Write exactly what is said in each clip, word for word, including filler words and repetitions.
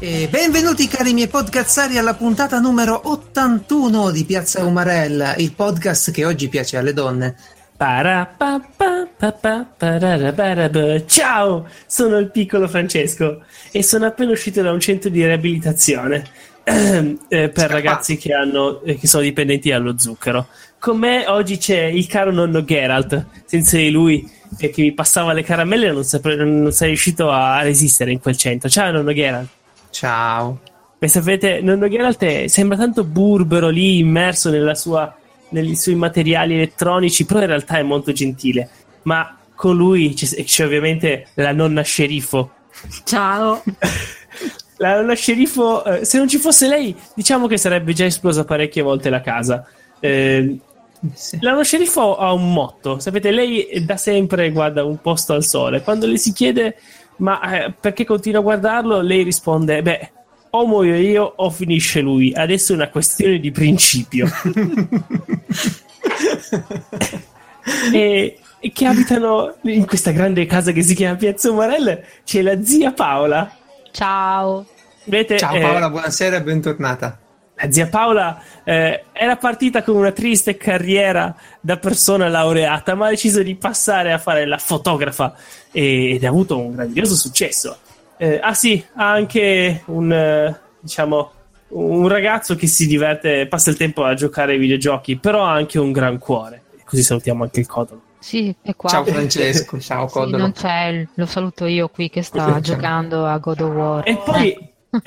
E benvenuti cari miei podcazzari alla puntata numero ottantuno di Piazza Umarell, il podcast che oggi piace alle donne. Ciao, sono il piccolo Francesco e sono appena uscito da un centro di riabilitazione eh, per ragazzi che hanno eh, che sono dipendenti dallo zucchero. Con me oggi c'è il caro nonno Geralt. Senza di lui eh, che mi passava le caramelle non, sapre, non sarei riuscito a resistere in quel centro. Ciao nonno Geralt. Ciao. Beh, sapete, nonno Geralt è, sembra tanto burbero lì immerso nella sua nei suoi materiali elettronici, però in realtà è molto gentile. Ma con lui c'è, c'è ovviamente la nonna sceriffo. Ciao. La nonna sceriffo, eh, se non ci fosse lei, diciamo che sarebbe già esplosa parecchie volte la casa. Eh, sì. La nonna sceriffo ha un motto, sapete, lei da sempre guarda un posto al sole. Quando le si chiede ma eh, perché continua a guardarlo, lei risponde: beh, o muoio io o finisce lui, adesso è una questione di principio. e, e che abitano in questa grande casa che si chiama Piazza Umarell c'è la zia Paola. Ciao. Vedete, Ciao Paola, eh, buonasera e bentornata. La zia Paola eh, era partita con una triste carriera da persona laureata, ma ha deciso di passare a fare la fotografa e, ed ha avuto un grandioso successo. Eh, ah sì, ha anche un eh, diciamo un ragazzo che si diverte, passa il tempo a giocare ai videogiochi, però ha anche un gran cuore. Così salutiamo anche il Codolo. Sì, è qua. Ciao Francesco, ciao Codolo. Sì, non c'è, lo saluto io qui che sta giocando a God of War. E poi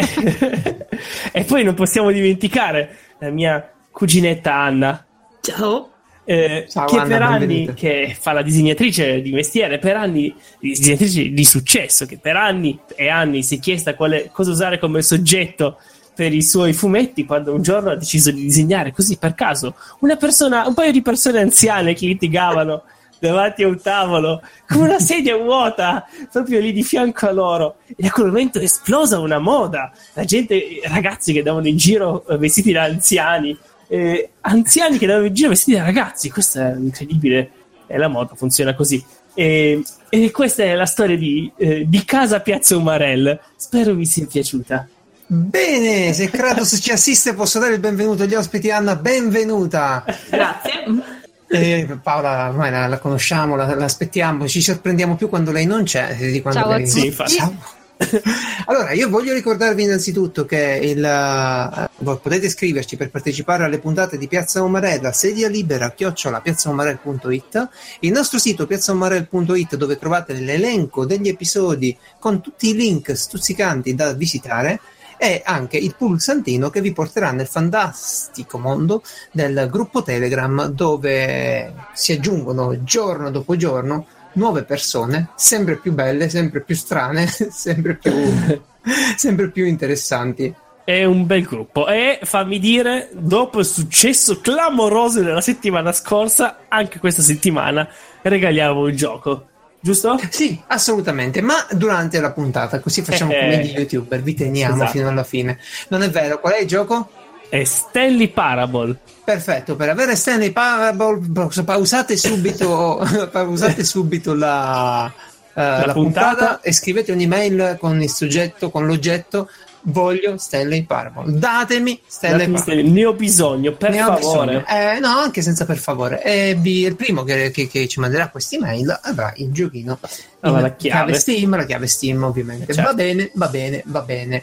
e poi non possiamo dimenticare la mia cuginetta Anna. Ciao. Eh, Ciao, che Anna, per anni benvenuta. che fa la disegnatrice di mestiere, per anni disegnatrice di successo, che per anni e anni si è chiesta quale, cosa usare come soggetto per i suoi fumetti, quando un giorno ha deciso di disegnare così per caso una persona, un paio di persone anziane che litigavano davanti a un tavolo con una sedia vuota proprio lì di fianco a loro, e da quel momento è esplosa una moda, la gente, ragazzi che andavano in giro vestiti da anziani, Eh, anziani che andavano in giro vestiti da ragazzi. Questo è incredibile, è la moda, funziona così. E, e questa è la storia di, eh, di Casa Piazza Umarell. Spero vi sia piaciuta. Bene, se Kratos ci assiste posso dare il benvenuto agli ospiti. Anna, benvenuta. Grazie. Eh, Paola ormai la, la conosciamo, la, la aspettiamo, ci sorprendiamo più quando lei non c'è di quando Ciao a lei... tutti. Sì, Ciao. Allora, io voglio ricordarvi innanzitutto che il, uh, potete scriverci per partecipare alle puntate di Piazza Umarell a sedia libera chiocciola piazzaumarell punto it, il nostro sito piazzaumarell punto it, dove trovate l'elenco degli episodi con tutti i link stuzzicanti da visitare, e anche il pulsantino che vi porterà nel fantastico mondo del gruppo Telegram, dove si aggiungono giorno dopo giorno nuove persone, sempre più belle, sempre più strane, sempre più sempre più interessanti. È un bel gruppo e fammi dire, dopo il successo clamoroso della settimana scorsa, anche questa settimana regaliamo un gioco, giusto? Sì, assolutamente, ma durante la puntata, così facciamo eh, come gli youtuber, vi teniamo esatto. fino alla fine. Non è vero? Qual è il gioco? È Stanley Parable. Perfetto, per avere Stanley Parable pausate subito pausate subito la, uh, la, la puntata. puntata e scrivete un'email con il soggetto, con l'oggetto voglio Stanley Parable. Datemi Stanley Parable. Ne ho bisogno, per ne favore. Eh, no, anche senza per favore. E vi, il primo che, che, che ci manderà questa email avrà il giochino. Allora, in la chiave. chiave Steam, la chiave Steam ovviamente. Certo. Va bene, va bene, va bene.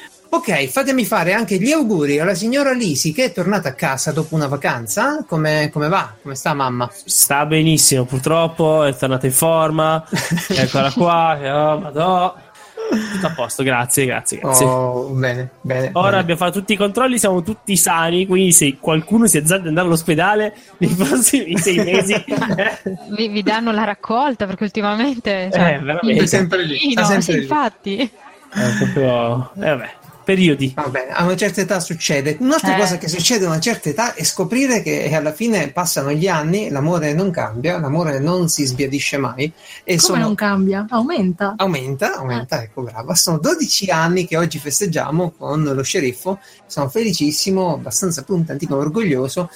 Ok, fatemi fare anche gli auguri alla signora Lisi, che è tornata a casa dopo una vacanza. Come, come va? Come sta mamma? Sta benissimo, purtroppo è tornata in forma. Eccola qua. Oh, madò. Tutto a posto, grazie, grazie, grazie. Oh, bene, bene. Ora bene. abbiamo fatto tutti i controlli, siamo tutti sani, quindi se qualcuno si azzarda ad andare all'ospedale nei prossimi sei mesi eh. vi, vi danno la raccolta, perché ultimamente cioè, eh, veramente. È sempre lì, no, sempre sì, lì. infatti È proprio eh, vabbè, periodi. Va bene, a una certa età succede. Un'altra Eh. cosa che succede a una certa età è scoprire che alla fine passano gli anni, l'amore non cambia, l'amore non si sbiadisce mai. E Come sono... non cambia? Aumenta. Aumenta, aumenta, ecco, brava. Sono dodici anni che oggi festeggiamo con lo sceriffo. Sono felicissimo, abbastanza più un tantino orgoglioso.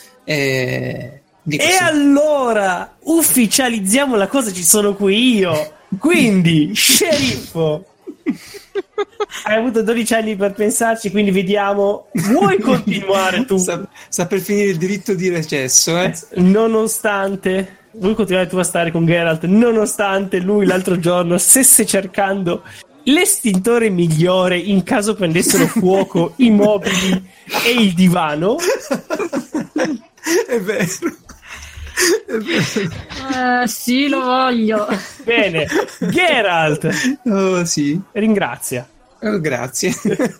E, di E questo. allora ufficializziamo la cosa, ci sono qui io. Quindi, sceriffo, Hai avuto dodici anni per pensarci, quindi vediamo. Vuoi continuare tu? Sta, sta per finire il diritto di recesso, eh? Nonostante vuoi continuare tu a stare con Geralt, nonostante lui l'altro giorno stesse cercando l'estintore migliore in caso prendessero fuoco i mobili e il divano. È vero. È vero. Uh, sì, lo voglio. Bene, Geralt. Oh, sì. Ringrazia. Oh, grazie.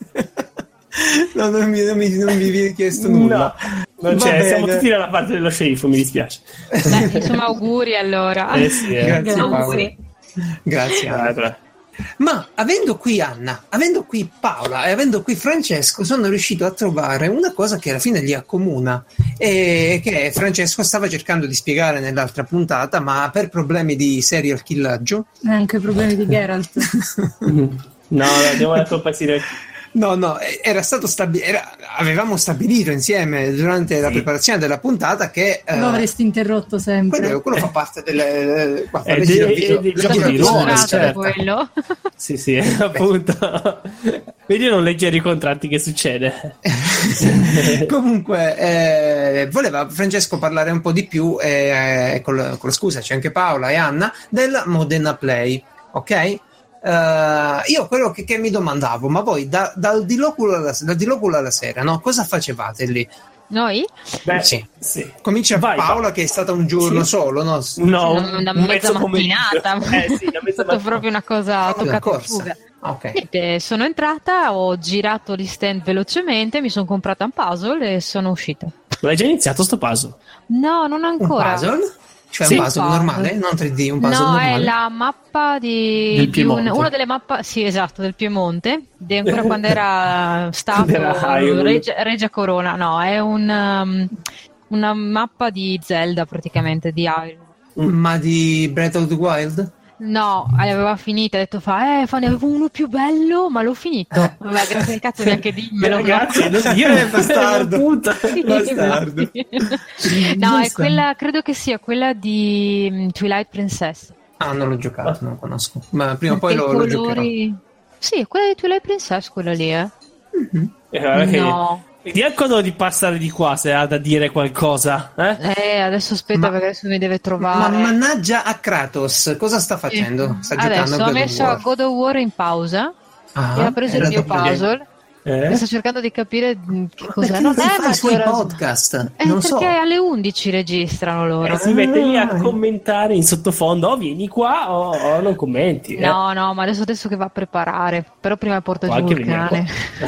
No, non mi, non, mi, non mi viene chiesto nulla. No, non c'è, siamo tutti dalla parte dello sceriffo, mi dispiace. Beh, insomma, auguri allora. Eh sì, eh. Grazie, Auguri. Grazie. Anna. Ma avendo qui Anna, avendo qui Paola e avendo qui Francesco, sono riuscito a trovare una cosa che alla fine li accomuna e che Francesco stava cercando di spiegare nell'altra puntata, ma per problemi di serial killaggio. Anche problemi di Geralt. No, devo la colpa serial. No, no, era stato stabi- era, avevamo stabilito insieme durante la sì. preparazione della puntata che lo avresti interrotto sempre. Quello, quello fa parte delle qua, eh, dei de, giochi di ruolo, certo. Quello. Sì, sì, appunto. Vedi, non leggere i contratti, che succede. Comunque eh, voleva Francesco parlare un po' di più eh, con, con la scusa c'è anche Paola e Anna del Modena Play, ok? Uh, io quello che, che mi domandavo, ma voi da, dal di loculo alla, dal di loculo alla sera, no? Cosa facevate lì? Noi? Beh, sì. sì. Comincia Vai, Paola, vai. che è stata un giorno sì. solo, no? No, una, una un mezza mezzo mattinata. Eh, sì, una è mezza stata proprio una cosa oh, toccata in fuga. Okay. Niente, sono entrata, ho girato gli stand velocemente, mi sono comprata un puzzle e sono uscita. L'hai già iniziato sto puzzle? No, non ancora. Un puzzle? Cioè sì, un puzzle puzzle. normale, non tre D, un puzzle no, normale? No, è la mappa di, del di un, Piemonte. una delle mappe, sì, esatto, del Piemonte, di ancora quando era stato era Regia, Regia Corona. No, è un, um, una mappa di Zelda praticamente, di Hyrule. Ma di Breath of the Wild? No, aveva finito, ha detto fa, eh, fa, ne avevo uno più bello, ma l'ho finito. Eh. Vabbè, grazie al cazzo neanche dimmelo. Grazie, non io eh, bastardo. puta. Bastardo. No, è quella, credo che sia quella di um, Twilight Princess. Ah, non l'ho giocato, non lo conosco. Ma prima o poi lo, colori... lo giocherò. Sì, quella di Twilight Princess, quella lì, eh. Mm-hmm. Eh, no. Vedi al quando di passare di qua se ha da dire qualcosa, eh? Eh, adesso aspetta, ma, perché adesso mi deve trovare. Ma mannaggia a Kratos, cosa sta facendo? Sta adesso giocando ho messo a God of War in pausa. Ah, e ha preso il mio puzzle. Eh? E sto cercando di capire che cos'è. Non è fa i suoi podcast. Eh, non perché so. alle undici registrano loro. Eh, si mette lì a commentare in sottofondo, oh vieni qua o oh, oh, non commenti. Eh. No, no, ma adesso adesso che va a preparare. Però prima porta giù il cane.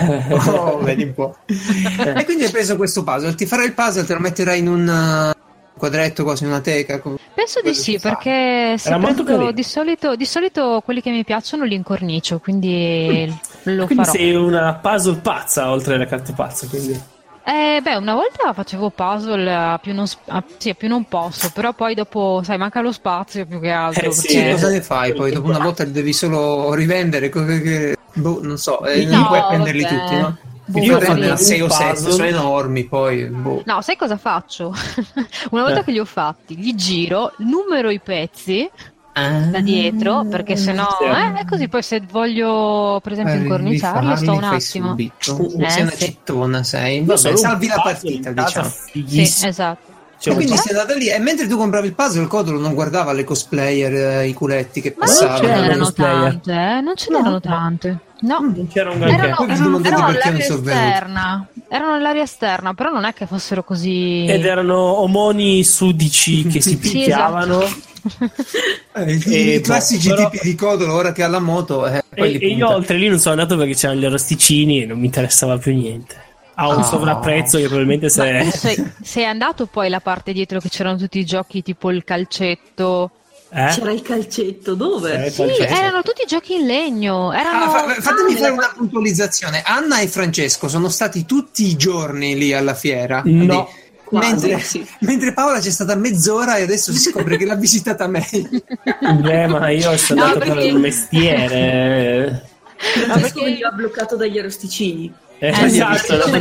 Oh, vedi un po'. E quindi hai preso questo puzzle, ti farai il puzzle, te lo metterai in un quadretto, quasi in una teca. Penso di sì, perché se prendo, di, solito, di solito quelli che mi piacciono li incornicio, quindi mm. lo quindi farò. Sei una puzzle pazza oltre alle carte pazze, quindi. Eh, beh, una volta facevo puzzle a più non, a, sì, a più non posso, però poi dopo, sai, manca lo spazio più che altro. Eh, sì, perché... cosa ne fai poi? Dopo una volta li devi solo rivendere, che, boh, non so, eh, no, non puoi prenderli vabbè. tutti, no? Io prendo sei o sette, sono enormi, poi boh. No, sai cosa faccio? Una volta eh. che li ho fatti, li giro, numero i pezzi ah. da dietro, perché sennò sì. eh, così poi se voglio per esempio eh, incorniciarli sto un attimo. Eh, sei una sì. cittona, sei. Vabbè, salvi la partita, diciamo. Sì, esatto. Cioè, quindi sei andata lì e mentre tu compravi il puzzle, il Codolo non guardava le cosplayer, eh, i culetti che ma passavano. Non ce n'erano tante, eh? non ce n'erano no. tante. No, non c'era un granché. Erano, erano, erano all'aria esterna, erano nell'aria esterna, però non è che fossero così. Ed erano omoni sudici che si picchiavano. Sì, esatto. eh, I, i classici però... tipi di Codolo ora che ha la moto. Eh, e, e io oltre lì non sono andato perché c'erano gli arrosticini e non mi interessava più niente. Ha un oh. sovrapprezzo che probabilmente se... sei, sei andato poi la parte dietro che c'erano tutti i giochi tipo il calcetto. Eh? C'era il calcetto, dove? Sì, calcetto. Erano tutti giochi in legno. Erano... Ah, fa- fatemi ah, fare una puntualizzazione. Anna e Francesco sono stati tutti i giorni lì alla fiera. No. Quasi, mentre, sì. mentre Paola c'è stata mezz'ora e adesso si scopre che l'ha visitata meglio. Beh, ma io sono no, andato perché... per il mestiere. Francesco perché... veniva bloccato dagli arrosticini. Eh, esatto, era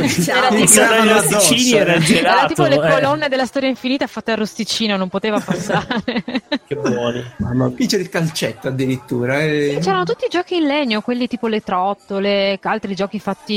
tipo, era, gelato, era tipo le eh. colonne della storia infinita fatte a rosticino, non poteva passare. Che buoni. Qui c'è il calcetto addirittura. E... c'erano tutti i giochi in legno, quelli tipo le trottole, altri giochi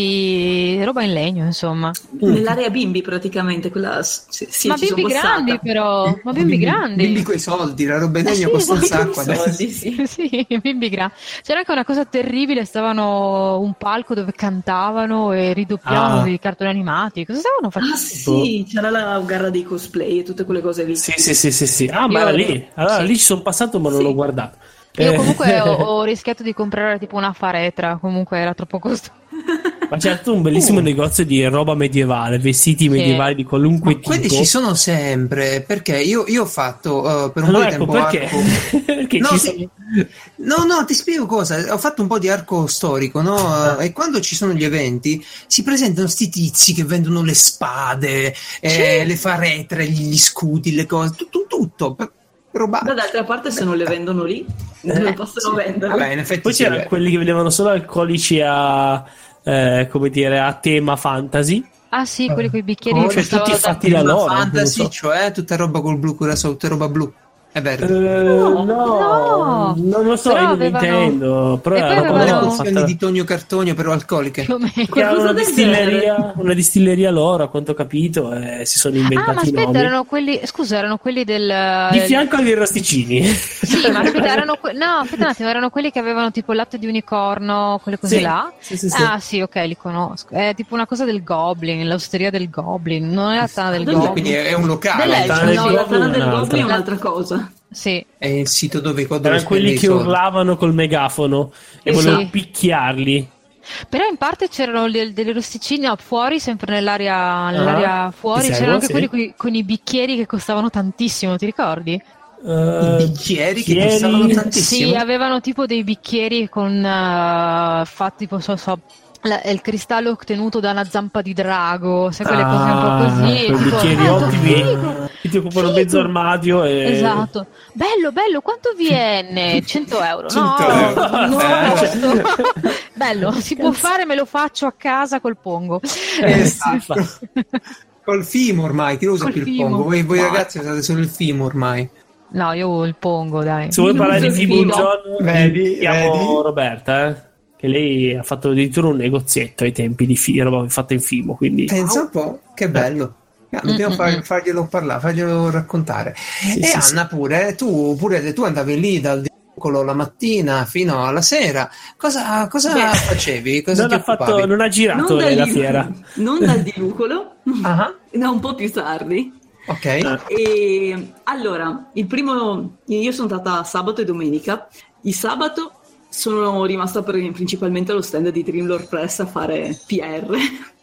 fatti roba in legno, insomma. Nell'area bimbi praticamente, quella sì, sì, ma bimbi grandi però, ma bimbi, bimbi grandi. Bimbi coi soldi, la roba in legno eh sì, costa un sacco adesso. Sì, sì, sì, bimbi grandi. C'era anche una cosa terribile, stavano un palco dove cantavano e ridoppiavano ah. dei cartoni animati. Cosa stavano facendo? Ah sì, c'era la gara dei cosplay e tutte quelle cose lì. Sì, sì, sì, sì, sì. Ah, ma era lì. Allora sì. lì ci sono passato ma non sì. l'ho guardato. Io comunque ho, ho rischiato di comprare tipo una faretra, comunque era troppo costoso. Ma c'è stato un bellissimo uh. negozio di roba medievale, vestiti medievali sì. di qualunque ma tipo. Quelli ci sono sempre, perché io, io ho fatto uh, per un allora, po' di ecco, tempo perché? arco... perché no, ci sì. sono... no, no, ti spiego cosa. Ho fatto un po' di arco storico, no? Uh, e quando ci sono gli eventi si presentano sti tizi che vendono le spade, eh, le faretre, gli scudi, le cose, tutto, tutto. Ma d'altra parte se non le vendono lì non le possono sì. vendere. Vabbè, in effetti poi sì, c'erano beh. quelli che vendevano solo alcolici a eh, come dire a tema fantasy. Ah sì, quelli con i bicchieri oh, che cioè, tutti fatti da loro fantasy, so. Cioè tutta roba col blu, quella sotto roba blu. È vero. Uh, no, no, non lo so, però io non avevano... intendo. Però era come le fatta... pozioni di Tonio Cartonio, però alcoliche. Era una distilleria, una distilleria loro, a quanto ho capito, e si sono inventati ah, ma aspetta, nomi. erano quelli, scusa, erano quelli del... Di fianco agli rosticini. Sì, ma aspetta, erano que... no, aspetta un attimo, erano quelli che avevano tipo il latte di unicorno, quelle cose sì. là? Sì, sì, sì. Ah sì, ok, li conosco. È tipo una cosa del Goblin, l'osteria del Goblin, non è la tana del Delle, Goblin. Quindi è un locale. Delle, no, la tana del Goblin è un'altra cosa. Sì. È il sito dove i erano quelli che urlavano col megafono e sì. volevano picchiarli. Però in parte c'erano le, delle rosticine fuori, sempre nell'area, nell'area ah, fuori, c'erano anche sì. quelli coi, con i bicchieri che costavano tantissimo, ti ricordi? Uh, I bicchieri che costavano tantissimo? Sì, avevano tipo dei bicchieri con uh, fatti tipo so, so La, il cristallo ottenuto da una zampa di drago, sai quelle ah, cose un po' così, quei tipo, bicchieri ah, ottimi figo, che ti occupano figo. mezzo armadio e... esatto, bello bello, quanto viene? cento euro no, euro. non lo bello, si può fare, me lo faccio a casa col pongo esatto. Col Fimo ormai, chi lo usa più il pongo? Voi, voi ragazzi usate solo il Fimo ormai. No, io ho il pongo, dai. Se vuoi parlare di Fimo un giorno, vedi, chiamo vedi? Roberta, eh? Che lei ha fatto addirittura un negozietto ai tempi di Fimo, roba fatta in Fimo, quindi pensa un po', che bello. Eh, dobbiamo far, farglielo parlare, farglielo raccontare. Sì, e sì, Anna sì. pure, tu pure tu andavi lì dal dilucolo la mattina fino alla sera. Cosa, cosa Beh, facevi? Cosa non, ti ha fatto, non ha girato non la dilu- fiera. Non dal dilucolo, uh-huh. no, un po' più tardi. Ok. E allora, il primo, io sono stata sabato e domenica. Il sabato sono rimasta per, principalmente allo stand di Dreamlord Press a fare P R.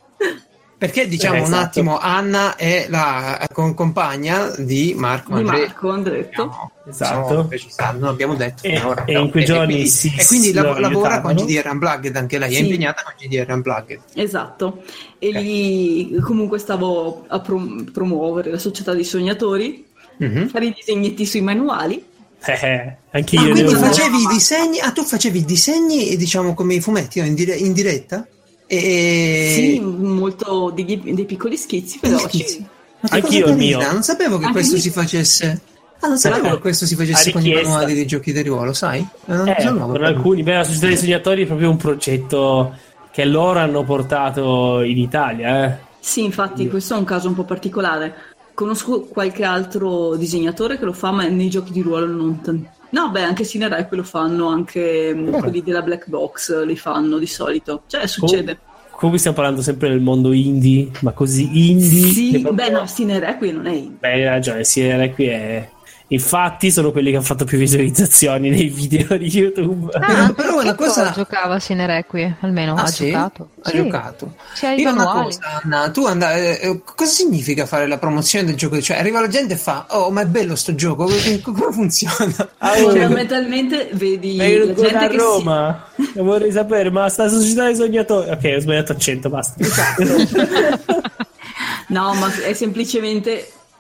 Perché diciamo eh, esatto. un attimo, Anna è la compagna di Marco Di Andretto. Marco Andretto. No, esatto. Non abbiamo detto. E, ora, e no. in quei e, giorni e quindi, si e quindi lav- lavora con G D R Unplugged, anche lei sì. è impegnata con G D R Unplugged. Esatto. E okay. lì comunque stavo a prom- promuovere la società dei sognatori, mm-hmm. fare i disegnetti sui manuali. Eh, anche io. Ah, quindi devo... facevi i disegni? Ah, tu facevi i disegni, diciamo, come i fumetti, no? in, dire- in diretta? E... Sì, molto dei, dei piccoli schizzi veloci. Anch'io il mio. Non sapevo che Anche questo mi... si facesse. Ah, non sapevo che questo si facesse con i manuali dei giochi di ruolo, sai? Non eh, so con alcuni, beh, la società dei sognatori è proprio un progetto che loro hanno portato in Italia. Eh. Sì, infatti, questo è un caso un po' particolare. Conosco qualche altro disegnatore che lo fa, ma nei giochi di ruolo non tanto. No, beh, anche Cinerai lo fanno, anche oh. quelli della Black Box li fanno di solito. Cioè, succede. Com- comunque stiamo parlando sempre del mondo indie, ma così indie. Sì, proprio... beh, no, Cinerai non è indie. Beh, hai ragione, Cinerai è... Infatti sono quelli che hanno fatto più visualizzazioni nei video di YouTube. Ah, però, però una cosa giocava Cinerequi, almeno ah, ha sì? giocato. Ha sì. giocato. Io una cosa, Anna, tu andai, eh, cosa significa fare la promozione del gioco? Cioè arriva la gente e fa "Oh, ma è bello sto gioco, come funziona?" Ah, fondamentalmente vedi la gente a che Roma. Si... vorrei sapere, ma sta società dei sognatori. Ok, ho sbagliato accento, basta. No, ma è semplicemente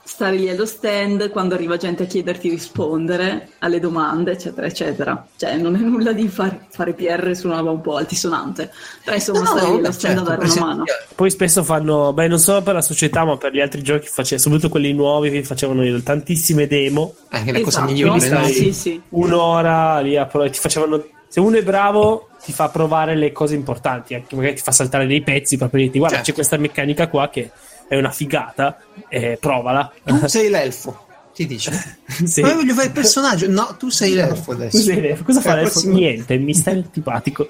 stare lì allo stand, quando arriva gente a chiederti rispondere alle domande, eccetera, eccetera. Cioè, non è nulla di far, fare P R su una roba un po' altisonante. Però insomma, no, stare lì allo stand certo, a dare una mano. Poi spesso fanno, beh, non solo per la società, ma per gli altri giochi, face, soprattutto quelli nuovi, che facevano tantissime demo. Anche le esatto. cose migliori, no? Sì, sì. Un'ora lì a ti facevano. Se uno è bravo, ti fa provare le cose importanti, anche magari ti fa saltare dei pezzi per dirti guarda, certo. C'è questa meccanica qua che è una figata, eh, provala. Tu sei l'elfo, ti dice. Sì. Ma io voglio fare il personaggio. No, tu sei l'elfo adesso. Tu sei l'elfo. Cosa fa l'elfo? Prossimo... Niente, mi stai antipatico.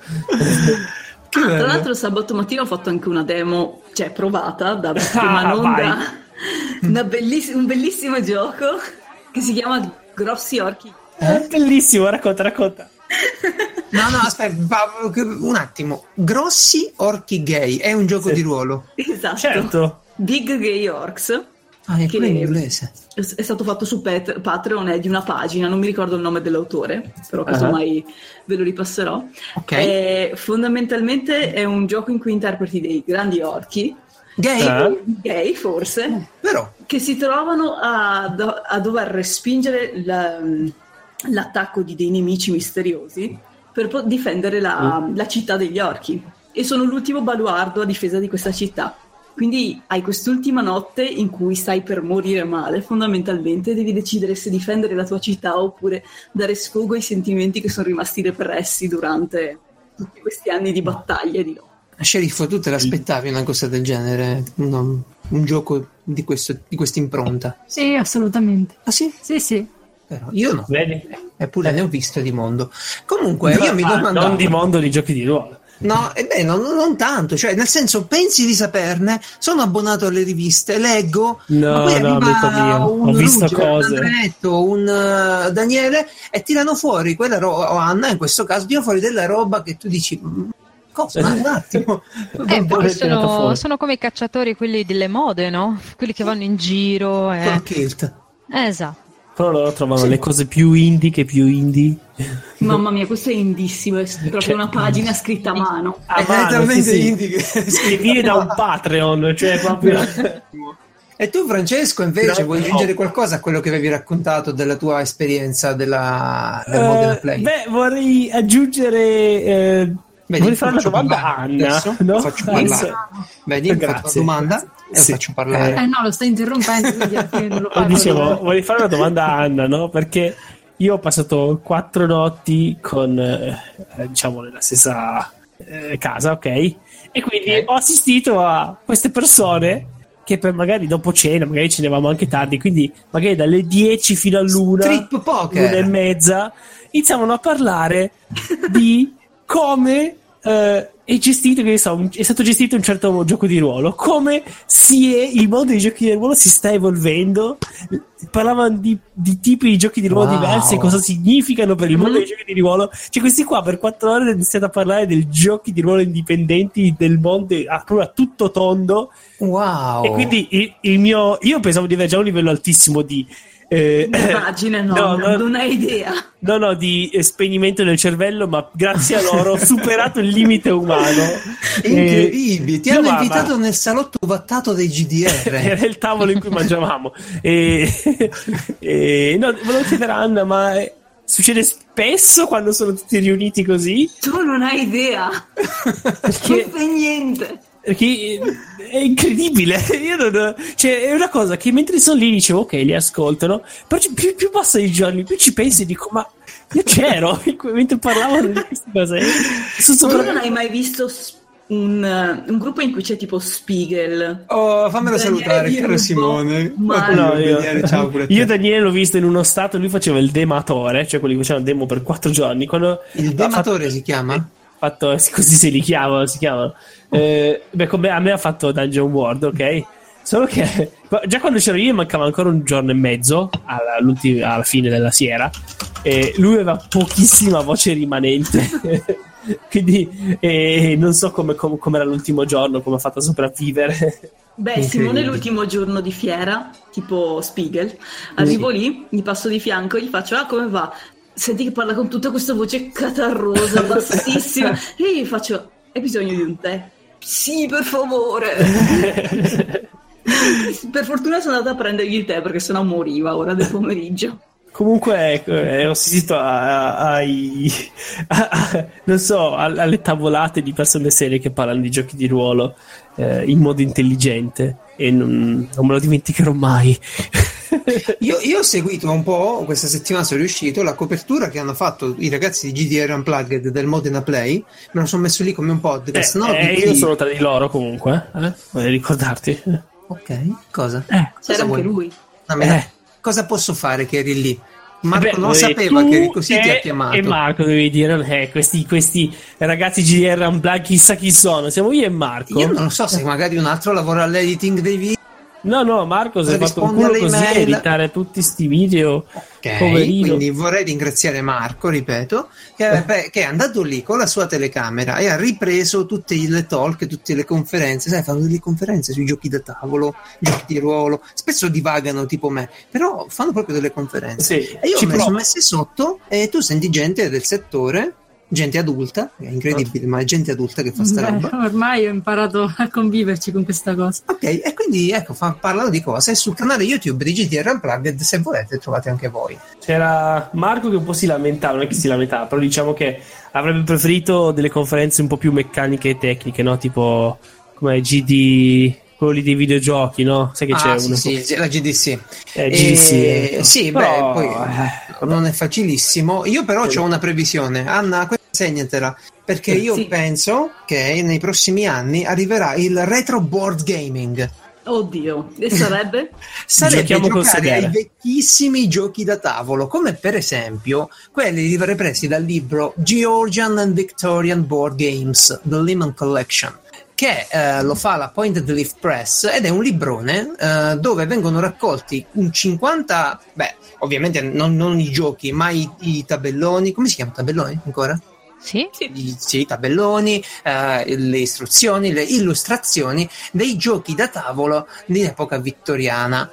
Ah, tra l'altro sabato mattina ho fatto anche una demo, cioè provata, da ma ah, non da... Una belliss- un bellissimo gioco che si chiama Grossi Orchi. Eh? Bellissimo, racconta, racconta. No, no, aspetta, un attimo. Grossi Orchi Gay è un gioco sì. di ruolo. Esatto. Certo. Big Gay Orcs. Ah, è in inglese. È stato fatto su Pat- Patreon, è di una pagina, non mi ricordo il nome dell'autore, però casomai uh-huh. ve lo ripasserò. Okay. E fondamentalmente è un gioco in cui interpreti dei grandi orchi. Gay? Uh. Gay, forse. Però. Che si trovano a, a dover respingere la, l'attacco di dei nemici misteriosi per po- difendere la, uh. la città degli orchi. E sono l'ultimo baluardo a difesa di questa città. Quindi hai quest'ultima notte in cui stai per morire male, fondamentalmente devi decidere se difendere la tua città oppure dare sfogo ai sentimenti che sono rimasti repressi durante tutti questi anni di battaglia e di lotta. Sceriffo, tu te l'aspettavi una cosa del genere? Un, un gioco di questo di questa impronta? Sì, assolutamente. Ah sì? Sì, sì. Però io no. Vedi? Eppure ne ho visto di mondo. Comunque, io mi domandavo... Non di mondo, di giochi di ruolo. No, e beh, non, non tanto, cioè nel senso pensi di saperne, sono abbonato alle riviste, leggo, no, ma poi no, arriva un ho visto Ruggero, cose. un Andretto, un uh, Daniele e tirano fuori quella roba, o Anna in questo caso, tirano fuori della roba che tu dici cosa, ma un attimo. Eh, poi sono, sono come i cacciatori, quelli delle mode, no? Quelli che vanno in giro e... Kilt. Eh, esatto. Però loro trovano sì. le cose più indie che più indie. Mamma mia, questo è indissimo, è proprio cioè, una pagina scritta a mano. A è mano, sì, sì. indie che, che viene da un Patreon, cioè proprio... E tu, Francesco, invece no, vuoi no. aggiungere qualcosa a quello che avevi raccontato della tua esperienza della, del uh, Modena Play? Beh, vorrei aggiungere... Eh, Beh, vorrei fare una domanda a Anna. No? Faccio parlare. Vedi, faccio una domanda e sì. lo faccio parlare. Eh no, lo stai interrompendo. Non lo parlo. Dicevo, vorrei fare una domanda a Anna, no? Perché io ho passato quattro notti con, eh, diciamo, nella stessa eh, casa, ok? E quindi okay. ho assistito a queste persone che per magari dopo cena, magari cenavamo anche tardi, quindi magari dalle dieci fino all'una, Strip poker. l'una e mezza, iniziavano a parlare di come eh, è gestito, che so, è stato gestito un certo gioco di ruolo, come si è, il mondo dei giochi di ruolo si sta evolvendo, parlavano di, di tipi di giochi di ruolo wow. diversi e cosa significano per il mondo mm-hmm. dei giochi di ruolo. Cioè questi qua per quattro ore hanno iniziato a parlare dei giochi di ruolo indipendenti del mondo a, a tutto tondo. Wow. E quindi il, il mio, io pensavo di avere già un livello altissimo di Eh, immagine no, no, no, non hai idea. No, no, di spegnimento del cervello, ma grazie a loro ho superato il limite umano. Incredibile, eh, ti hanno no, invitato ma... nel salotto vattato dei G D R. Era il tavolo in cui mangiavamo. E, e, no, volevo chiedere a Anna, ma succede spesso quando sono tutti riuniti così? Tu non hai idea. Perché... non fai niente. Perché è incredibile. Io non, cioè, è una cosa che mentre sono lì dicevo ok, li ascoltano, però più, più passano i giorni, più ci pensi e dico ma io c'ero mentre parlavano di queste cose. Sopra... Tu non hai mai visto un, un gruppo in cui c'è tipo Spiegel? Oh, fammelo Daniele salutare, caro Simone. Ma no, io, Daniele, ciao pure io Daniele l'ho visto in uno stato, lui faceva il dematore, cioè quelli che facevano demo per quattro giorni. Quando il dematore fatto, si chiama? Fatto, così si li chiamano, si chiamano. Eh, beh, come a me ha fatto Dungeon World, ok? Solo che già quando c'ero io mancava ancora un giorno e mezzo alla, alla fine della fiera e lui aveva pochissima voce rimanente. Quindi eh, non so come, come, come era l'ultimo giorno, come ha fatto a sopravvivere. Beh, Simone l'ultimo giorno di fiera, tipo Spiegel, arrivo sì. lì, gli passo di fianco, gli faccio ah come va? Senti che parla con tutta questa voce catarrosa, bassissima e gli faccio hai bisogno di un tè? Sì, per favore. Per fortuna sono andata a prendergli il tè perché sennò moriva ora del pomeriggio. Comunque ero assistito a, a, ai, a, a non so, a, alle tavolate di persone serie che parlano di giochi di ruolo eh, in modo intelligente e non, non me lo dimenticherò mai. io, io ho seguito un po', questa settimana sono riuscito, la copertura che hanno fatto i ragazzi di G D R Unplugged del Modena Play, me lo sono messo lì come un podcast. Eh, no, eh, di... io sono tra di loro comunque, eh? Voglio ricordarti. Ok, cosa? Eh, C'era anche vuoi? lui. No, me- Eh. Cosa posso fare che eri lì? Marco Beh, non sapeva tu che eri così, e, ti ha chiamato. E Marco devi dire, eh, questi, questi ragazzi G D R Unplugged chissà chi sono, siamo io e Marco. Io non lo so se magari un altro lavora all'editing dei video. No, no, Marco si è fatto un risponde culo alle così a email. editare tutti sti video. Ok, Poverino. quindi vorrei ringraziare Marco, ripeto, che, Eh. beh, che è andato lì con la sua telecamera e ha ripreso tutte le talk, tutte le conferenze. Sai, fanno delle conferenze sui giochi da tavolo, giochi di ruolo, spesso divagano tipo me, però fanno proprio delle conferenze. Sì, E io ci me le sono provo. messe sotto e tu senti gente del settore, gente adulta, è incredibile, ma è gente adulta che fa sta Beh, roba. ormai ho imparato a conviverci con questa cosa. Ok, e quindi ecco, fa, parlano di cose sul canale YouTube di G T R Unplugged, se volete trovate anche voi. C'era Marco che un po' si lamentava, non è che si lamentava, però diciamo che avrebbe preferito delle conferenze un po' più meccaniche e tecniche, no? Tipo come G D, quello lì dei videogiochi, no? Sai che Ah, c'è sì, uno? sì, la G D C. Eh, G D C, E- ecco. Sì, Però, beh, poi eh, non è facilissimo. Io però ho una previsione. Anna, questa segnatela, perché io Sì. penso che nei prossimi anni arriverà il retro board gaming. Oddio, e sarebbe? Sarebbe Giochiamo col giocare sedere. ai vecchissimi giochi da tavolo, come per esempio quelli ripresi dal libro Georgian and Victorian Board Games, The Lehman Collection, che eh, lo fa la Pointed Leaf Press ed è un librone eh, dove vengono raccolti un cinquanta, beh, ovviamente non, non i giochi, ma i, i tabelloni, come si chiamano tabelloni ancora? Sì? I, sì, i tabelloni, eh, le istruzioni, le illustrazioni dei giochi da tavolo di epoca vittoriana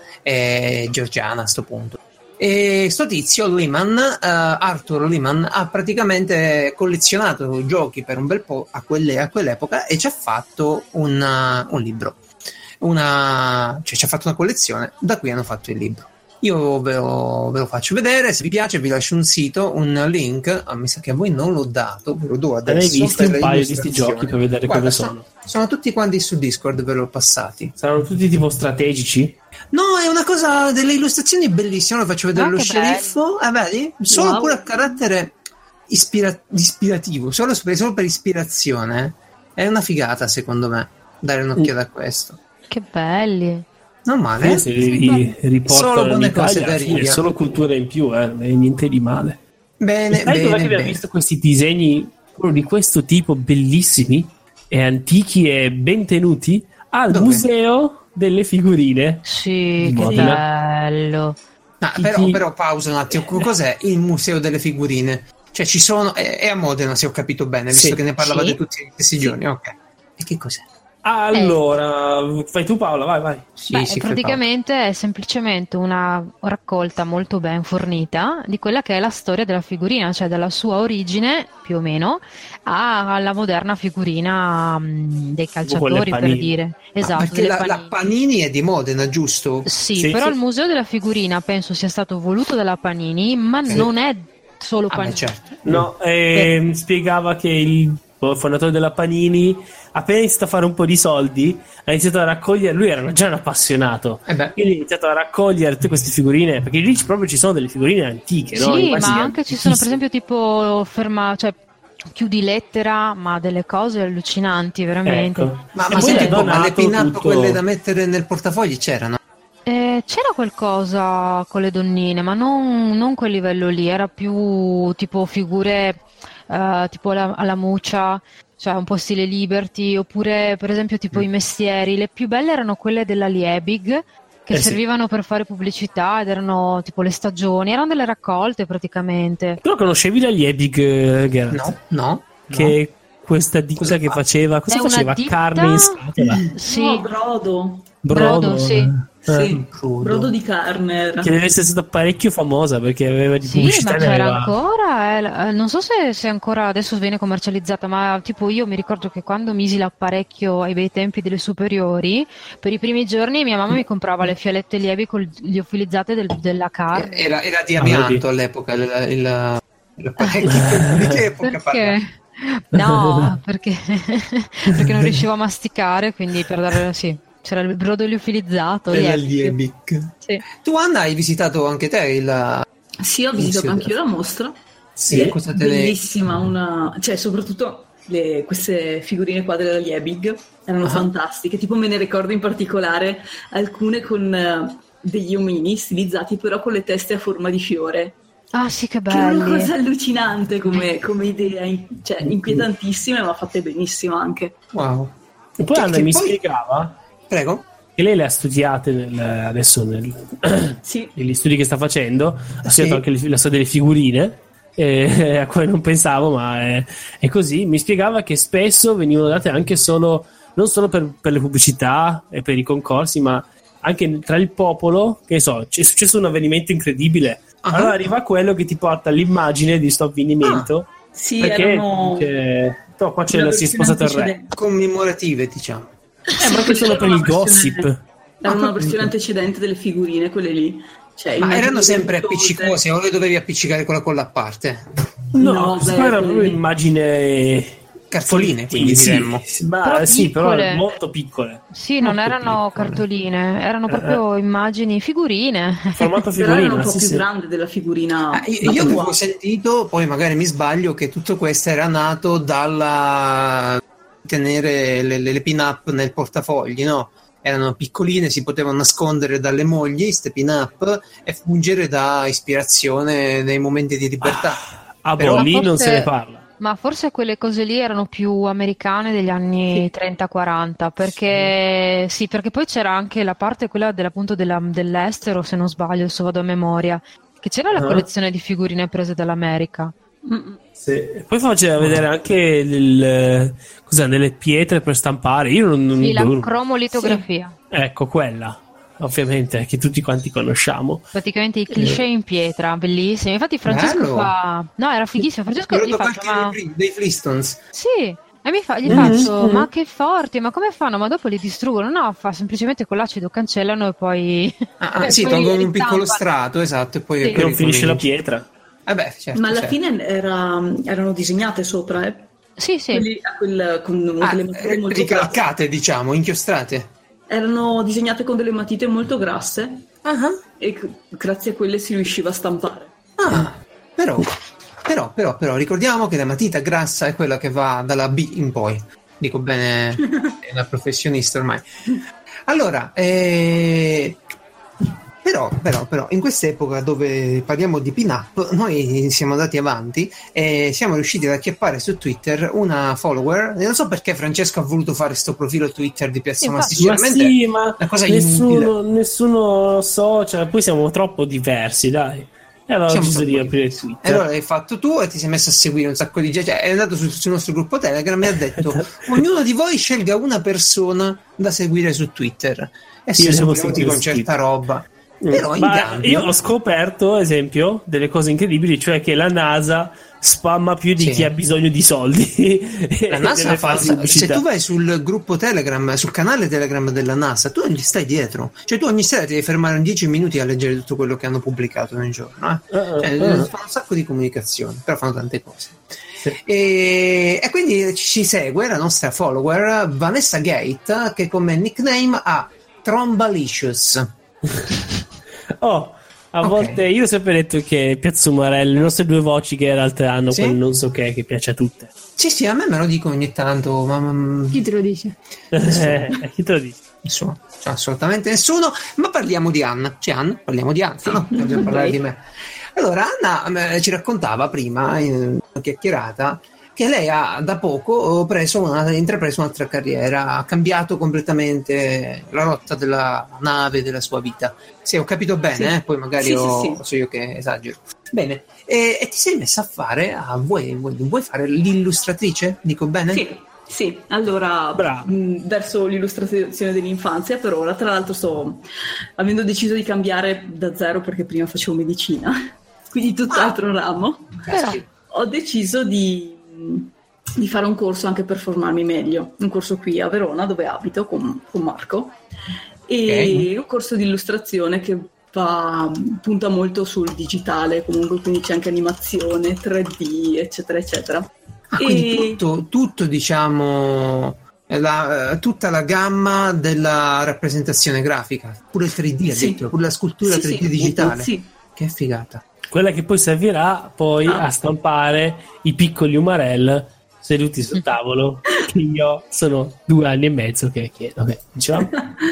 e georgiana a sto punto. E sto tizio Lehman, eh, Arthur Lehman, ha praticamente collezionato giochi per un bel po' a, quelle, a quell'epoca e ci ha fatto una, un libro, una, cioè ci ha fatto una collezione, da cui hanno fatto il libro. Io ve lo, ve lo faccio vedere, se vi piace vi lascio un sito, un link, ah, mi sa che a voi non l'ho dato, ve lo do adesso. Ne hai visti per un le paio di sti illustrazioni. giochi per vedere Guarda, come sono? Sono tutti quanti su Discord, ve l'ho passati. Saranno tutti tipo strategici? No, è una cosa, delle illustrazioni bellissime, lo faccio vedere Ah, lo che sceriffo, ah, vedi? Solo Wow. pure a carattere ispira- ispirativo, solo, solo per ispirazione. È una figata secondo me, dare un'occhiata a questo. Che belli. Non male, eh? Se li, li riportano Solo in buone cose Italia, da alla fine, ridere. solo cultura in più, eh, e niente di male. Bene, Sai dov'è bene, che abbiamo bene. visto questi disegni proprio di questo tipo bellissimi e antichi e ben tenuti? Al Dove? museo delle figurine. Sì, che Modena. bello. Ah, Chi- però, chi- però pausa un attimo, cos'è il museo delle figurine? Cioè ci sono, è, è a Modena se ho capito bene, visto Sì. che ne parlavate Sì. tutti in questi Sì. giorni, ok. E che cos'è? Allora, fai tu Paola, vai, vai. Sì, Beh, sì, praticamente è semplicemente una raccolta molto ben fornita di quella che è la storia della figurina, cioè dalla sua origine più o meno a- alla moderna figurina mh, dei calciatori, per Panini. dire. Ah, Esatto, perché delle la, la Panini. Panini è di Modena, giusto? Sì, Sì, però sì. il museo della figurina penso sia stato voluto dalla Panini, ma Sì. non è solo Ah, beh, Panini. certo. No, ehm, spiegava che il fondatore della Panini, appena iniziato a fare un po' di soldi, ha iniziato a raccogliere. Lui era già un appassionato, Eh beh. quindi ha iniziato a raccogliere tutte queste figurine, perché lì proprio ci sono delle figurine antiche, no? Sì, Quasi ma anche ci sono per antichissime. esempio tipo ferma, cioè chiudi lettera, ma delle cose allucinanti, veramente. Ecco. Ma, E ma poi senti ha un po', ma le donato pin-up, tutto- quelle da mettere nel portafogli c'erano? Eh, c'era qualcosa con le donnine, ma non, non quel livello lì, era più tipo figure eh, tipo alla, alla Muccia, cioè un po' stile Liberty, oppure per esempio tipo Mm. i mestieri. Le più belle erano quelle della Liebig, che Eh sì. servivano per fare pubblicità ed erano tipo le stagioni, erano delle raccolte praticamente. Tu lo conoscevi la Liebig, eh, Geralt? No, no. Che è questa ditta Cosa che fa? faceva, cosa È una faceva? ditta- Carne in scatola. Sì, No, brodo. Brodo, sì. Sì, brodo di carne era. Che deve essere stata parecchio famosa perché aveva di Sì, pubblicità. ma c'era aveva... ancora, eh, non so se, se ancora adesso viene commercializzata, ma tipo io mi ricordo che quando misi l'apparecchio ai bei tempi delle superiori, per i primi giorni mia mamma mi comprava le fialette lievi con gli liofilizzate del, della carne. Era, era di amianto ah, all'epoca il, il, l'apparecchio. Di che epoca parla? No, perché, perché non riuscivo a masticare, quindi per dare, sì. C'era il brodo liofilizzato. E la Liebig. Sì. Tu, Anna, hai visitato anche te il... Sì, ho visitato anche io la mostra. Sì, è cosa te bellissima, ne... una... cioè soprattutto le... queste figurine qua della Liebig erano uh-huh. fantastiche, tipo me ne ricordo in particolare alcune con uh, degli omini stilizzati però con le teste a forma di fiore. Ah sì, che belli. Che è una cosa allucinante come, come idea, cioè inquietantissima ma fatte benissimo anche. Wow. E poi che, Anna che mi poi... spiegava Prego. Che lei le ha studiate nel, adesso nel, sì. negli studi che sta facendo, ha studiato sì. anche la storia delle figurine, eh, a cui non pensavo, ma è, è così. Mi spiegava che spesso venivano date anche solo, non solo per, per le pubblicità e per i concorsi, ma anche tra il popolo, che ne so, c'è successo un avvenimento incredibile. Uh-huh. Allora arriva quello che ti porta l'immagine di sto avvenimento. Ah, sì, perché erano... dice, no, qua c'è la si è sposato il re. Commemorative, diciamo. Eh, ma che sono per il gossip. Era una versione antecedente delle figurine, quelle lì. Cioè, ma erano sempre appiccicose o le dovevi appiccicare quella con la parte? No, no beh, era proprio immagine cartoline, quindi sì, diremmo. Ma però sì, piccole. però molto piccole. Sì, non molto erano piccole. Cartoline, erano proprio eh. immagini, figurine. Formato figurina. Però era un po' sì, più sì. grande della figurina. Ah, io io avevo sentito, poi magari mi sbaglio, che tutto questo era nato dalla tenere le, le, le pin-up nel portafogli, no? Erano piccoline, si potevano nascondere dalle mogli, queste pin-up, e fungere da ispirazione nei momenti di libertà. Ah, però boh, lì forse, non se ne parla. Ma forse quelle cose lì erano più americane degli anni sì. trenta quaranta, perché sì. sì, perché poi c'era anche la parte quella dell'appunto della, dell'estero, se non sbaglio, adesso vado a memoria, che c'era la uh-huh. collezione di figurine prese dall'America. Mm-mm. Sì. Poi faceva vedere anche il, cos'è, delle pietre per stampare. Io non, non sì, la non... cromolitografia. Sì. Ecco, quella, ovviamente, che tutti quanti conosciamo. Praticamente i cliché in pietra, bellissimi. Infatti Francesco Bello. fa... No, era fighissimo. Francesco gli faccio, ma... dei Flintstones. Sì. E mi fa, gli mm-hmm. faccio, ma che forti, ma come fanno? Ma dopo li distruggono? No, fa semplicemente con l'acido, cancellano e poi... Ah, e sì, poi tolgono un piccolo strato, esatto, e poi... Sì. Che non finisce la pietra. Eh beh, certo, ma alla certo. fine era, erano disegnate sopra, eh? Sì, sì. Quelli, quel, con ah, delle matite molto ricalcate, grasse. diciamo, inchiostrate. Erano disegnate con delle matite molto grasse uh-huh. e c- grazie a quelle si riusciva a stampare. Ah, però, però, però, però, ricordiamo che la matita grassa è quella che va dalla B in poi. Dico bene, è una professionista ormai. Allora, eh... Però, però, però, in quest'epoca dove parliamo di pin-up, noi siamo andati avanti e siamo riusciti ad acchiappare su Twitter una follower. Non so perché Francesco ha voluto fare sto profilo Twitter di Piazza Massi. Sicuramente ma sì, ma una cosa nessuno, nessuno social, poi siamo troppo diversi, dai. E allora ho deciso di aprire Twitter. E allora l'hai fatto tu e ti sei messo a seguire un sacco di gente. Cioè, è andato sul, sul nostro gruppo Telegram e ha detto ognuno di voi scelga una persona da seguire su Twitter. E si sono venuti con certa roba. Però in cambio... Io ho scoperto, esempio, delle cose incredibili, cioè che la NASA spamma più di sì. chi ha bisogno di soldi. La NASA fa, se tu vai sul gruppo Telegram, sul canale Telegram della NASA, tu non gli stai dietro, cioè tu ogni sera ti devi fermare dieci minuti a leggere tutto quello che hanno pubblicato nel giorno, eh? uh, cioè, uh, fanno un sacco di comunicazione, però fanno tante cose. Sì. E, e quindi ci segue la nostra follower Vanessa Gate, che come nickname ha Trombalicious. Oh, a okay. volte io ho sempre detto che Piazza Umarell, le nostre due voci che in realtà hanno sì? quel non so che che piace a tutte. Sì, sì, a me me lo dico ogni tanto, ma chi te lo dice? Eh, chi te lo dice? Nessuno, cioè, assolutamente nessuno. Ma parliamo di Anna. Cioè, Anna, parliamo di Anna, sì. no? Dobbiamo parlare okay. di me. Allora, Anna eh, ci raccontava prima in una chiacchierata che lei ha da poco preso una, intrapreso un'altra carriera, ha cambiato completamente la rotta della nave della sua vita. Sì, ho capito bene, sì. eh? Poi magari sì, ho, sì, sì. so io che esagero. Bene, e, e ti sei messa a fare, a, vuoi, vuoi, vuoi fare l'illustratrice? Dico bene? Sì, Sì, allora mh, verso l'illustrazione dell'infanzia per ora. Tra l'altro sto avendo deciso di cambiare da zero perché prima facevo medicina, quindi tutt'altro ah, ramo. Però ho deciso di, di fare un corso anche per formarmi meglio, un corso qui a Verona dove abito con, con Marco, e okay. un corso di illustrazione che va, punta molto sul digitale, comunque, quindi c'è anche animazione, tre D, eccetera, eccetera. Ah, quindi tutto, tutto diciamo, la, tutta la gamma della rappresentazione grafica, pure il tre D, sì. detto, pure la scultura sì, tre D sì, digitale. Sì. Che figata. Quella che poi servirà poi ah. a stampare i piccoli umarell seduti sul tavolo, che io sono due anni e mezzo che chiedo. Okay, diciamo.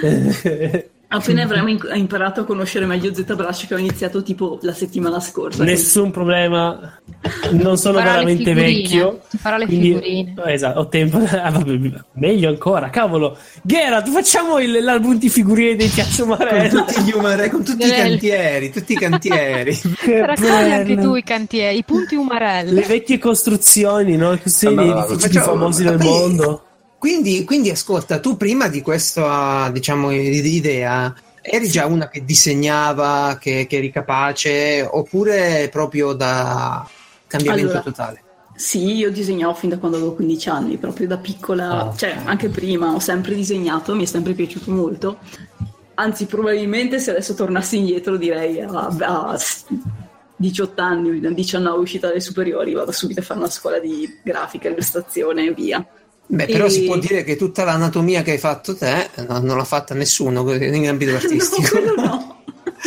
Appena avremo imparato a conoscere meglio ZBrush, che ho iniziato tipo la settimana scorsa. Nessun quindi... problema, non sono veramente vecchio. Ti farà le quindi, figurine. Esatto, ho tempo. Ah, vabbè, meglio ancora, cavolo. Geralt, facciamo il, l'album di figurine dei Piazza Umarell. Con tutti gli umarell, con tutti i cantieri, tutti i cantieri. Raccogli anche tu i cantieri, i punti umarell. Le vecchie costruzioni, no? Così, no, no, tutti i famosi del mondo. Quindi, quindi ascolta, tu prima di questa, diciamo, idea eri già una che disegnava, che, che eri capace, oppure proprio da cambiamento allora, totale? Sì, io disegnavo fin da quando avevo quindici anni, proprio da piccola, oh, cioè anche prima ho sempre disegnato, mi è sempre piaciuto molto. Anzi, probabilmente se adesso tornassi indietro direi a, a diciotto anni, diciannove, uscita dalle superiori, vado subito a fare una scuola di grafica, illustrazione e via. Beh, però e... si può dire che tutta l'anatomia che hai fatto te no, non l'ha fatta nessuno in ambito artistico. No, no.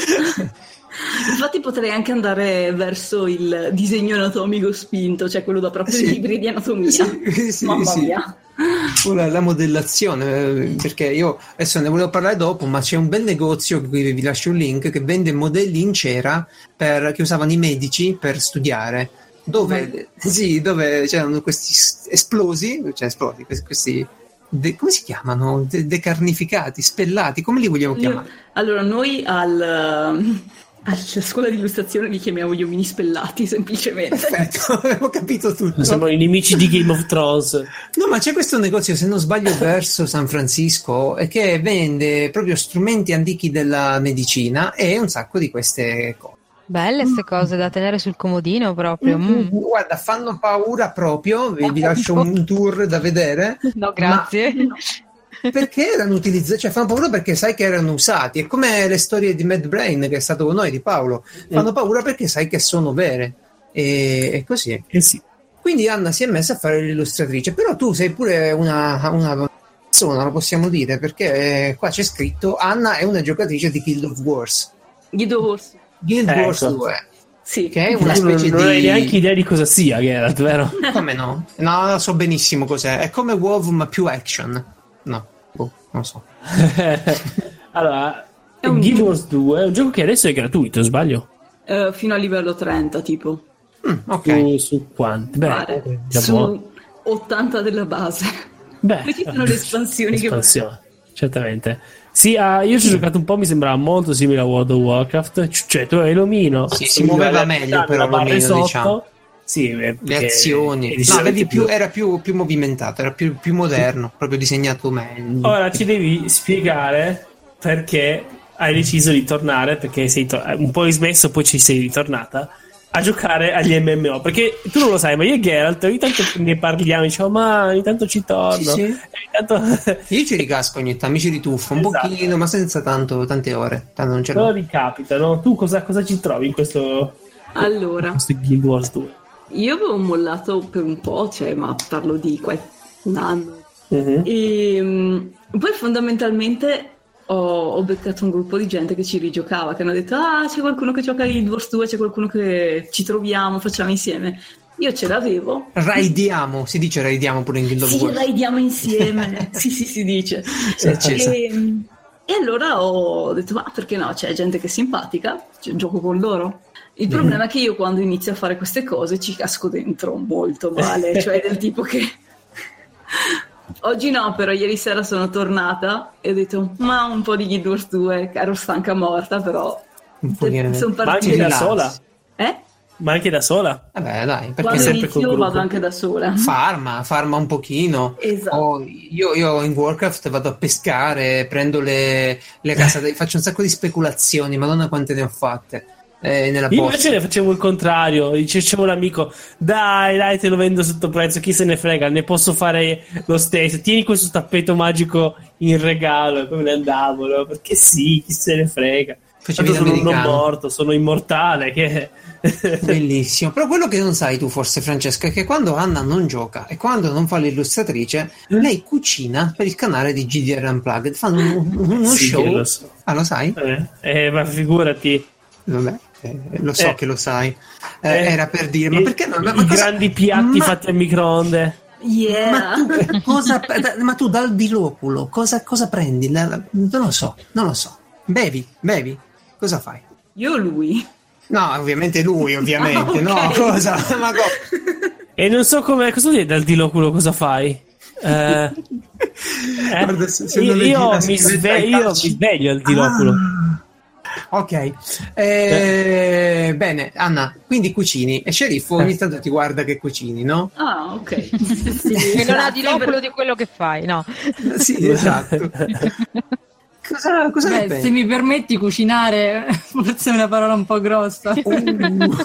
Infatti potrei anche andare verso il disegno anatomico spinto, cioè quello da proprio sì. libri di anatomia. Sì, sì, Mamma sì. mia. La, la modellazione, perché io adesso ne volevo parlare dopo, ma c'è un bel negozio, qui vi lascio un link, che vende modelli in cera per, che usavano i medici per studiare. Dove, sì, dove c'erano questi esplosi, cioè esplosi, questi, questi de, come si chiamano? De, decarnificati, spellati, come li vogliamo chiamare? Allora, noi al, alla scuola di illustrazione li chiamiamo gli omini spellati, semplicemente. Perfetto, avevo capito tutto. Siamo i nemici di Game of Thrones. No, ma c'è questo negozio, se non sbaglio, verso San Francisco, e che vende proprio strumenti antichi della medicina e un sacco di queste cose. Belle queste cose da tenere sul comodino proprio. Mm. Guarda, fanno paura proprio, vi, vi lascio un tour da vedere. No, grazie. Ma perché erano utilizzati? Cioè fanno paura perché sai che erano usati. È come le storie di Mad Brain che è stato con noi, di Paolo. Fanno paura perché sai che sono vere. E, e così. Eh sì. Quindi Anna si è messa a fare l'illustratrice. Però tu sei pure una, una persona, lo possiamo dire, perché qua c'è scritto Anna è una giocatrice di Guild of Wars. Guild of Wars. Guild ecco. Wars due, sì, che è una specie non, di... non hai neanche idea di cosa sia, Geralt, vero? Come no? No, so benissimo cos'è. È come WoW ma più action. No, boh, non so. Allora, un... Guild Wars due è un gioco che adesso è gratuito, sbaglio? Uh, fino a livello trenta, tipo. Mm, ok. Su, su quanti? Beh, su ottanta della base. Beh, poi ci sono le espansioni che vanno. Certamente. Sì, uh, io ci ho giocato un po', mi sembrava molto simile a World of Warcraft, cioè tu hai l'omino, sì, si muoveva meglio però l'omino, sotto, diciamo. Sì, le azioni, no, vedi, più, era più, più movimentato, era più, più moderno, proprio disegnato meglio. Ora ci devi spiegare perché hai deciso di tornare, perché sei to- un po' smesso, poi ci sei ritornata a giocare agli M M O, perché tu non lo sai, ma io e Geralt ogni tanto ne parliamo, diciamo ma ogni tanto ci torno, sì, sì. Tanto... io ci ricasco ogni tanto, mi ci rituffo un esatto. pochino, ma senza tanto tante ore, tanto non ce l'ho. Però ricapita, no? Tu cosa, cosa ci trovi in questo, allora, in questo Guild Wars due? Io avevo mollato per un po', cioè ma parlo di qualche un anno, uh-huh. e um, poi fondamentalmente Ho, ho beccato un gruppo di gente che ci rigiocava, che hanno detto ah c'è qualcuno che gioca Guild Wars due, c'è qualcuno che ci troviamo, facciamo insieme. Io ce l'avevo. Raidiamo, si dice raidiamo pure in Guild of Wars. Sì, raidiamo insieme. sì, sì, si dice. E, e allora ho detto ma perché no, c'è gente che è simpatica, gioco con loro. Il mm-hmm. problema è che io quando inizio a fare queste cose ci casco dentro molto male, cioè del tipo che oggi no, però ieri sera sono tornata e ho detto ma un po' di Guild Wars due, ero stanca morta, però un po' di sono partita da sola? Eh? Ma anche da sola? Vabbè, dai, perché quando sempre inizio col vado anche da sola. Farma, farma un pochino. Esatto. O io, io in Warcraft vado a pescare, prendo le, le casate, faccio un sacco di speculazioni, madonna quante ne ho fatte. Eh, nella io borsa. invece ne facevo il contrario, dicevo un amico dai dai te lo vendo sotto prezzo, chi se ne frega, ne posso fare lo stesso, tieni questo tappeto magico in regalo, e poi me ne andavo, no? Perché sì, chi se ne frega, Facevi sono non l'americano. morto, sono immortale che... Bellissimo. Però quello che non sai tu forse, Francesca, è che quando Anna non gioca e quando non fa l'illustratrice, lei cucina per il canale di G D R Unplugged, fanno un, uno Sì, show. lo so. Ah, lo sai? eh, eh, ma figurati. Vabbè, eh, lo so Eh. che lo sai. Eh, Eh, era per dire, ma i- perché no? Ma i cosa- grandi piatti ma- fatti al microonde. Yeah. Ma tu, cosa, da- ma tu dal di loculo cosa, cosa prendi? La- la- non lo so, non lo so. Bevi, bevi. Cosa fai? Io o lui? No, ovviamente lui, ovviamente. Ah, No, ok. cosa? Ma co- E non so come, cosa vuol dire dal di loculo, cosa fai? Eh, eh, Guarda, se- se io non leggi io la mi, scritta sve- ai io calci- mi sveglio al di loculo. Ah, ok. Eh, bene, Anna, quindi cucini e Sceriffo ogni tanto ti guarda che cucini, no? Ah, ok. E non ha di loculo di quello che fai, no? Sì, esatto. Cosa, cosa ne Beh, pensi? se mi permetti cucinare, forse è una parola un po' grossa. Uh.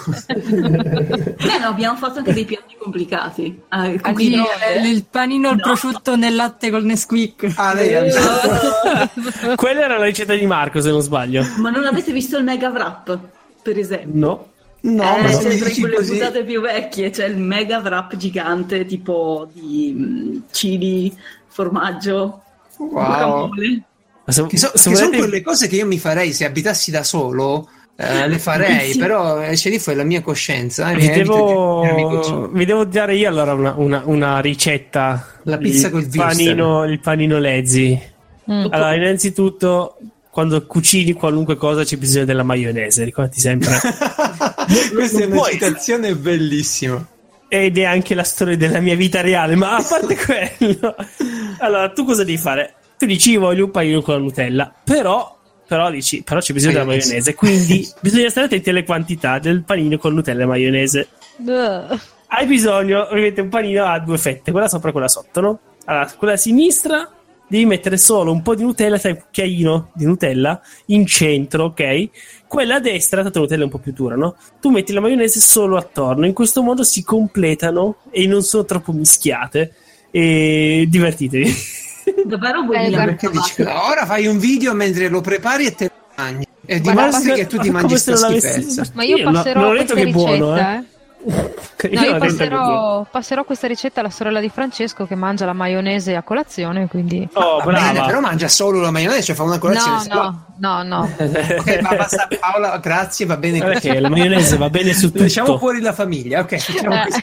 Beh, no, abbiamo fatto anche dei piatti complicati. Ah, il Quindi cucino- eh, il panino al No. prosciutto nel latte col Nesquik. Ah, lei ha già- Quella era la ricetta di Marco, se non sbaglio. Ma non avete visto il Mega Wrap, per esempio? No. No, eh, ma se c'è mi tra dici quelle così- puntate più vecchie, c'è il Mega Wrap gigante tipo di mh, chili, formaggio, Wow. guacamole. Ma se, Che, so- se che sono volete- quelle cose che io mi farei se abitassi da solo, eh, le farei, Sì. però il sceriffo è la mia coscienza. eh, vi, mi evita di tirarmi devo, cucina. vi devo dare io allora una, una, una ricetta. La pizza Il col würstel. panino, il panino Lezzi. Mm. Allora, innanzitutto, quando cucini qualunque cosa c'è bisogno della maionese, ricordati sempre. Questa è una Puoi- citazione bellissima. Ed è anche la storia della mia vita reale, ma a parte quello, allora tu cosa devi fare? Tu dici io voglio un panino con la Nutella, però, però dici però c'è bisogno della Maionese. maionese, quindi bisogna stare attenti alle quantità del panino con Nutella e maionese. Ugh. Hai bisogno, ovviamente, un panino a due fette, quella sopra e quella sotto, no? Allora, quella a sinistra devi mettere solo un po' di Nutella, sai, un cucchiaino di Nutella in centro, ok? Quella a destra, tanto la Nutella è un po' più dura, no? Tu metti la maionese solo attorno, in questo modo si completano e non sono troppo mischiate. E divertitevi. Davvero vuoi Eh, dire guarda, Perché dici, ora fai un video mentre lo prepari e te lo mangi e Guarda, dimostri ma- che tu ti ma mangi come se sta non l'avessi- schifezza. Ma io Io no- passerò non ho detto questa che è buono, ricetta, eh. eh. Io No, io l'ho detto che è buono. passerò, passerò questa ricetta alla sorella di Francesco che mangia la maionese a colazione, quindi... Oh, Va bene, però brava. mangia solo la maionese, cioè fa una colazione No, salata. no, no, no. Ok, ma basta Paola, grazie, va bene Guarda così. che la maionese va bene su tutto. Lasciamo fuori la famiglia, ok, facciamo così.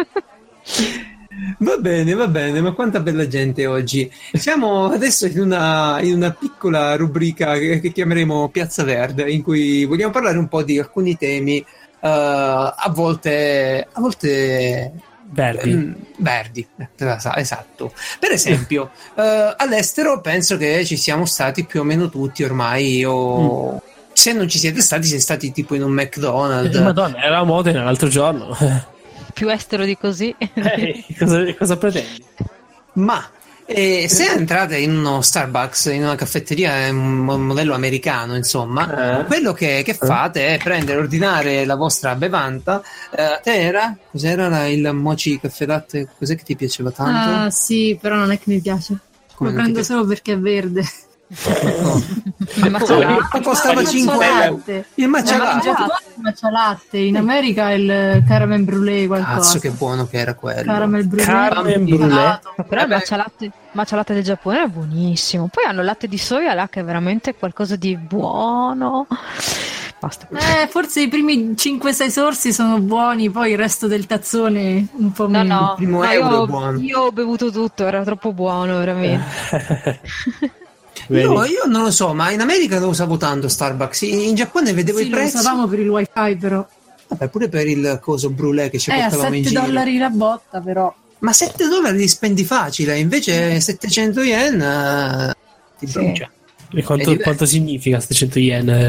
Eh. Va bene, va bene, ma quanta bella gente oggi. Siamo adesso in una, in una piccola rubrica che, che chiameremo Piazza Verde, in cui vogliamo parlare un po' di alcuni temi, eh, a volte, a volte Verdi. mm, verdi, eh, esatto. Per esempio, eh, all'estero penso che ci siamo stati più o meno tutti ormai, o se non ci siete stati, siete stati tipo in un McDonald's. Eh, Madonna, era a Modena l'altro giorno. Più estero di così. Eh, cosa, cosa pretendi? Ma eh, se entrate in uno Starbucks, in una caffetteria, eh, un mo- modello americano, insomma, Eh. quello che, che fate è prendere, ordinare la vostra bevanda. Eh, te era? Cos'era la- il mochi caffè latte? Cos'è che ti piaceva tanto? Ah, sì, però non è che mi piace. Come Lo non ti prendo piace? solo perché è verde. No. Il matcha Oh, latte. costava Il cinque matcha euro. latte. Il matcha Ma latte. in Giappone il matcha latte, in America il caramel brûlée qualcosa. Cazzo, che buono che era quello. Caramel brûlée. Caramel Gelato. brûlée. Ma però il matcha latte, matcha latte del Giappone è buonissimo. Poi hanno il latte di soia là che è veramente qualcosa di buono. Basta. Eh, forse i primi cinque sei sorsi sono buoni, poi il resto del tazzone un po' No, meno. no, Il primo no, euro io, è buono. io ho bevuto tutto, era troppo buono, veramente. Vedi? Io, io non lo so, ma in America lo usavo tanto Starbucks. In, in Giappone vedevo Sì, i lo prezzi. usavamo per il wifi però. Vabbè, pure per il coso brûlée che ci Eh, a portavamo in sette giro. dollari la botta però. Ma sette dollari li spendi facile, invece settecento yen eh, ti Sì. brucia. E quanto, È diverso. quanto significa settecento yen?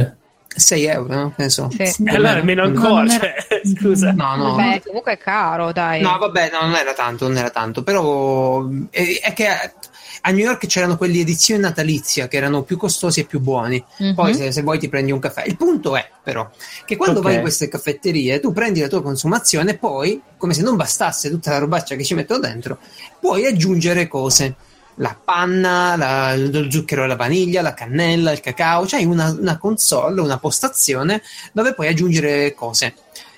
sei euro, no? Che ne so. Sì. Sì. Allora almeno ancora, cioè, scusa. No, no. Beh, comunque è caro, dai. No, vabbè, no, non era tanto, non era tanto, però è, è che a New York c'erano quelli edizioni natalizia che erano più costosi e più buoni. Mm-hmm. Poi se, se vuoi ti prendi un caffè. Il punto è però che quando okay. vai in queste caffetterie tu prendi la tua consumazione e poi, come se non bastasse tutta la robaccia che ci mettono dentro, puoi aggiungere cose. La panna, la, lo zucchero e la vaniglia, la cannella, il cacao, c'hai una, una console, una postazione dove puoi aggiungere cose.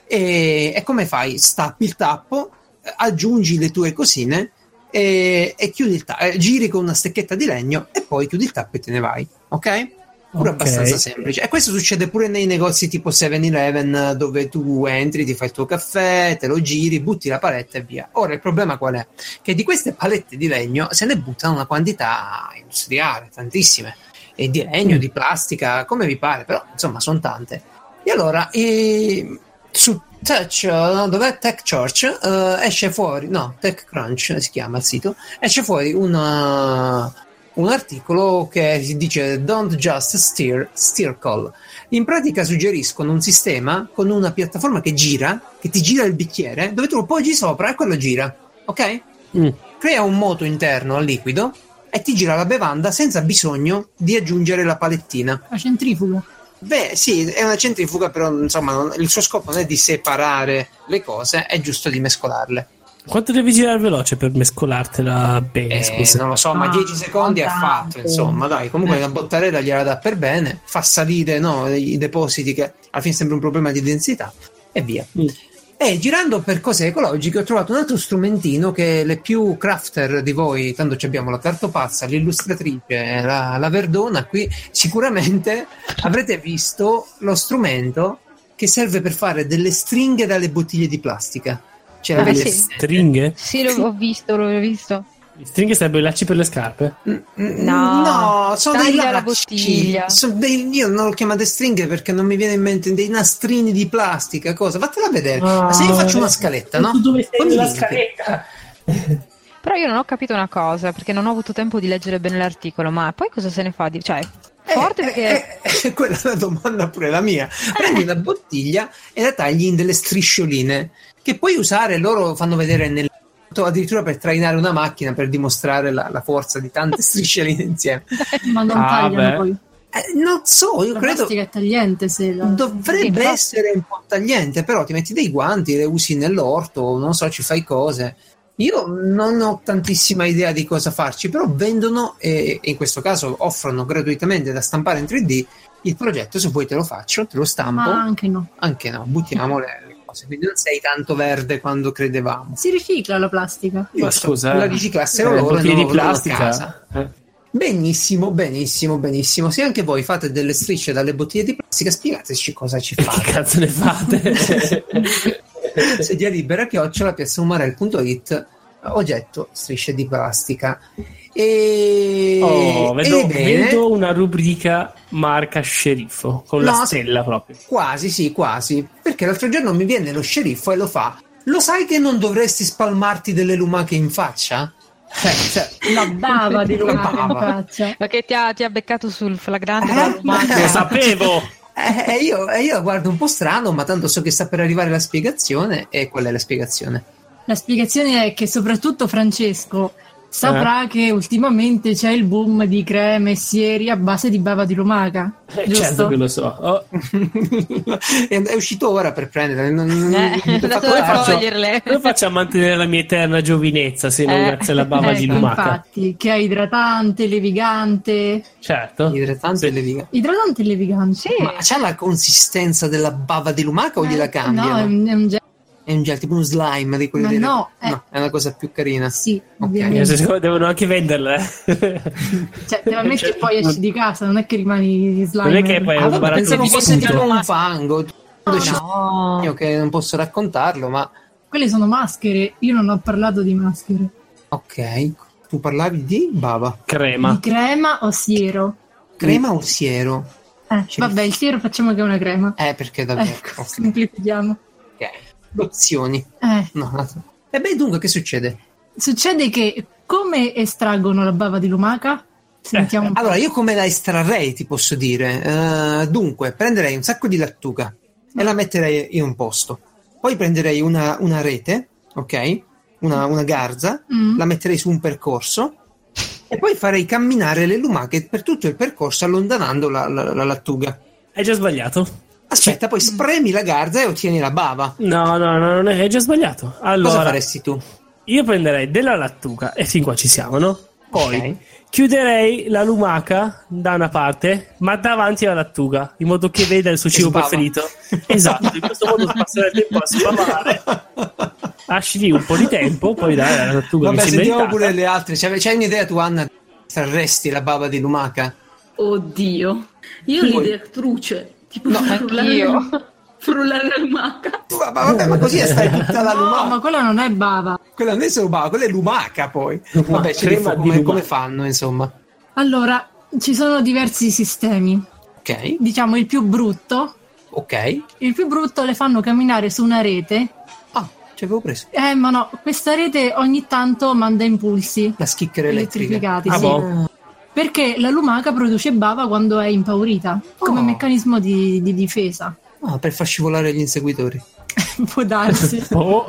E, e come fai? Stappi il tappo, aggiungi le tue cosine e, e chiudi il tappo, giri con una stecchetta di legno e poi chiudi il tappo e te ne vai, ok? Pure okay. Abbastanza semplice. E questo succede pure nei negozi tipo seven eleven dove tu entri, ti fai il tuo caffè, te lo giri, butti la paletta e via. Ora il problema qual è? Che di queste palette di legno se ne buttano una quantità industriale, tantissime, e di legno, mm. di plastica, come vi pare, però insomma sono tante. E allora e, su Touch, no, dov'è TechCrunch, uh, esce fuori, no, TechCrunch si chiama il sito, esce fuori una un articolo che si dice Don't just steer, steer call. In pratica suggeriscono un sistema con una piattaforma che gira, che ti gira il bicchiere, dove tu lo poggi sopra e quello gira, ok? Mm. Crea un moto interno al liquido e ti gira la bevanda senza bisogno di aggiungere la palettina. La centrifuga. Beh, sì, è una centrifuga, però insomma non, il suo scopo non è di separare le cose, è giusto di mescolarle. Quanto devi girare veloce per mescolartela bene? Eh, scusa. Non lo so, ma dieci secondi è fatto, insomma, dai. Comunque la bottarella gliela dà per bene, fa salire, no, i depositi che alla fine sembra un problema di densità e via. Mm. E girando per cose ecologiche ho trovato un altro strumentino che le più crafter di voi, tanto abbiamo la Cartopazza, l'illustratrice, la, la Verdona, qui sicuramente avrete visto lo strumento che serve per fare delle stringhe dalle bottiglie di plastica. C'era ah, delle sì. stringhe? Sì, l'ho visto, l'ho visto. Le stringhe sarebbero i lacci per le scarpe? No, no, sono dei lacci. Bottiglia. Sono dei, io non lo chiamate stringhe perché non mi viene in mente dei nastrini di plastica, cosa? Vattela a vedere. Oh, ma se io faccio una scaletta, no? Tu dove sei nella scaletta? Però io non ho capito una cosa, perché non ho avuto tempo di leggere bene l'articolo, ma poi cosa se ne fa? Di... Cioè, forte eh, perché... Eh, eh, quella è la domanda pure la mia. Prendi la bottiglia e la tagli in delle striscioline che puoi usare, loro fanno vedere nel addirittura per trainare una macchina per dimostrare la, la forza di tante striscioline insieme. Ma non ah, tagliano beh. poi. Eh, non so, io la credo plastica è tagliente, se la... dovrebbe sì, essere un po' tagliente, però ti metti dei guanti, le usi nell'orto, non so, ci fai cose. Io non ho tantissima idea di cosa farci, però vendono e, e in questo caso offrono gratuitamente da stampare in tre D il progetto. Se vuoi te lo faccio, te lo stampo. Ma anche no. Anche no, buttiamo le quindi non sei tanto verde quando credevamo. Si ricicla la plastica. Ma scusa, la riciclassero eh, loro no, di plastica. Casa. Eh. Benissimo, benissimo, benissimo. Se anche voi fate delle strisce dalle bottiglie di plastica, spiegateci cosa ci fate. Che cazzo ne fate? Sedia libera chiocciola piazza umarell punto it, oggetto strisce di plastica. E oh, vedo, vedo una rubrica marca sceriffo con no, la stella proprio. Quasi, sì, quasi. Perché l'altro giorno mi viene lo sceriffo e lo fa. Lo sai che non dovresti spalmarti delle lumache in faccia? Eh, cioè, la bava di lumache in faccia. Ma che ti ha, ti ha beccato sul flagrante eh? della lumaca. Lo sapevo. E eh, io, eh, io guardo un po' strano, ma tanto so che sta per arrivare la spiegazione. E qual è la spiegazione? La spiegazione è che soprattutto Francesco saprà eh. che ultimamente c'è il boom di creme e sieri a base di bava di lumaca. Eh, certo che lo so. Oh. è, è uscito ora per prendere. Non, non, eh, non da dove faccio, come faccio a mantenere la mia eterna giovinezza se non eh. grazie alla bava ecco, di lumaca? Infatti, che è idratante, levigante. Certo. Idratante sì. e levigante. Idratante e levigante. Sì. Ma c'ha la consistenza della bava di lumaca o eh, gliela cambiano? No, è un, è un gel. È un gel tipo uno slime di quelli. Ma no, è... no, è una cosa più carina. Sì, okay. Eh, devono anche venderla. Eh. Cioè, te la metti e poi esci di casa, non è che rimani slime. Non è che poi ah, è un vabbè, pensavo fosse tipo un fango. Oh, no. Io che non posso raccontarlo, ma quelle sono maschere. Io non ho parlato di maschere. Ok, tu parlavi di bava. Crema. Di crema o siero? Crema o siero? Eh, vabbè, il siero facciamo che è una crema. Eh, perché davvero? Ecco, okay. semplifichiamo. Ok. Opzioni. Eh. No. E beh, dunque che succede? Succede che come estraggono la bava di lumaca? Sentiamo un po'. Allora, io come la estrarrei, ti posso dire. Uh, dunque, prenderei un sacco di lattuga e la metterei in un posto. Poi prenderei una, una rete, ok? Una, una garza, mm. la metterei su un percorso e poi farei camminare le lumache per tutto il percorso allontanando la, la, la lattuga. Hai già sbagliato. Aspetta, poi spremi la garza e ottieni la bava. No, no, no, non è, hai già sbagliato. Allora, cosa faresti tu? Io prenderei della lattuga e fin qua ci siamo, no? Poi okay. chiuderei la lumaca da una parte, ma davanti alla lattuga, in modo che veda il suo cibo preferito. Esatto, in questo modo passare il tempo a sbavare. Lasci lì un po' di tempo, poi dai la lattuga. Vabbè, mi sentiamo pure le altre. C'hai, c'hai un'idea tu, Anna? Trarresti la bava di lumaca? Oddio, io ho l'idea truce, tipo no, io. Frullare la lumaca. Ma, vabbè, ma così stai tutta la lumaca. No, ma quella non è bava. Quella non è solo bava, quella è lumaca poi. Vabbè, crema come, come fanno, insomma. Allora, ci sono diversi sistemi. Ok. Diciamo il più brutto. Ok. Il più brutto le fanno camminare su una rete. Ah, ci avevo preso. Eh, ma no, questa rete ogni tanto manda impulsi. La schicchera elettrificati. Ah, sì. Boh. Perché la lumaca produce bava quando è impaurita, come oh. meccanismo di, di difesa. Ah, per far scivolare gli inseguitori. Può darsi. Oh.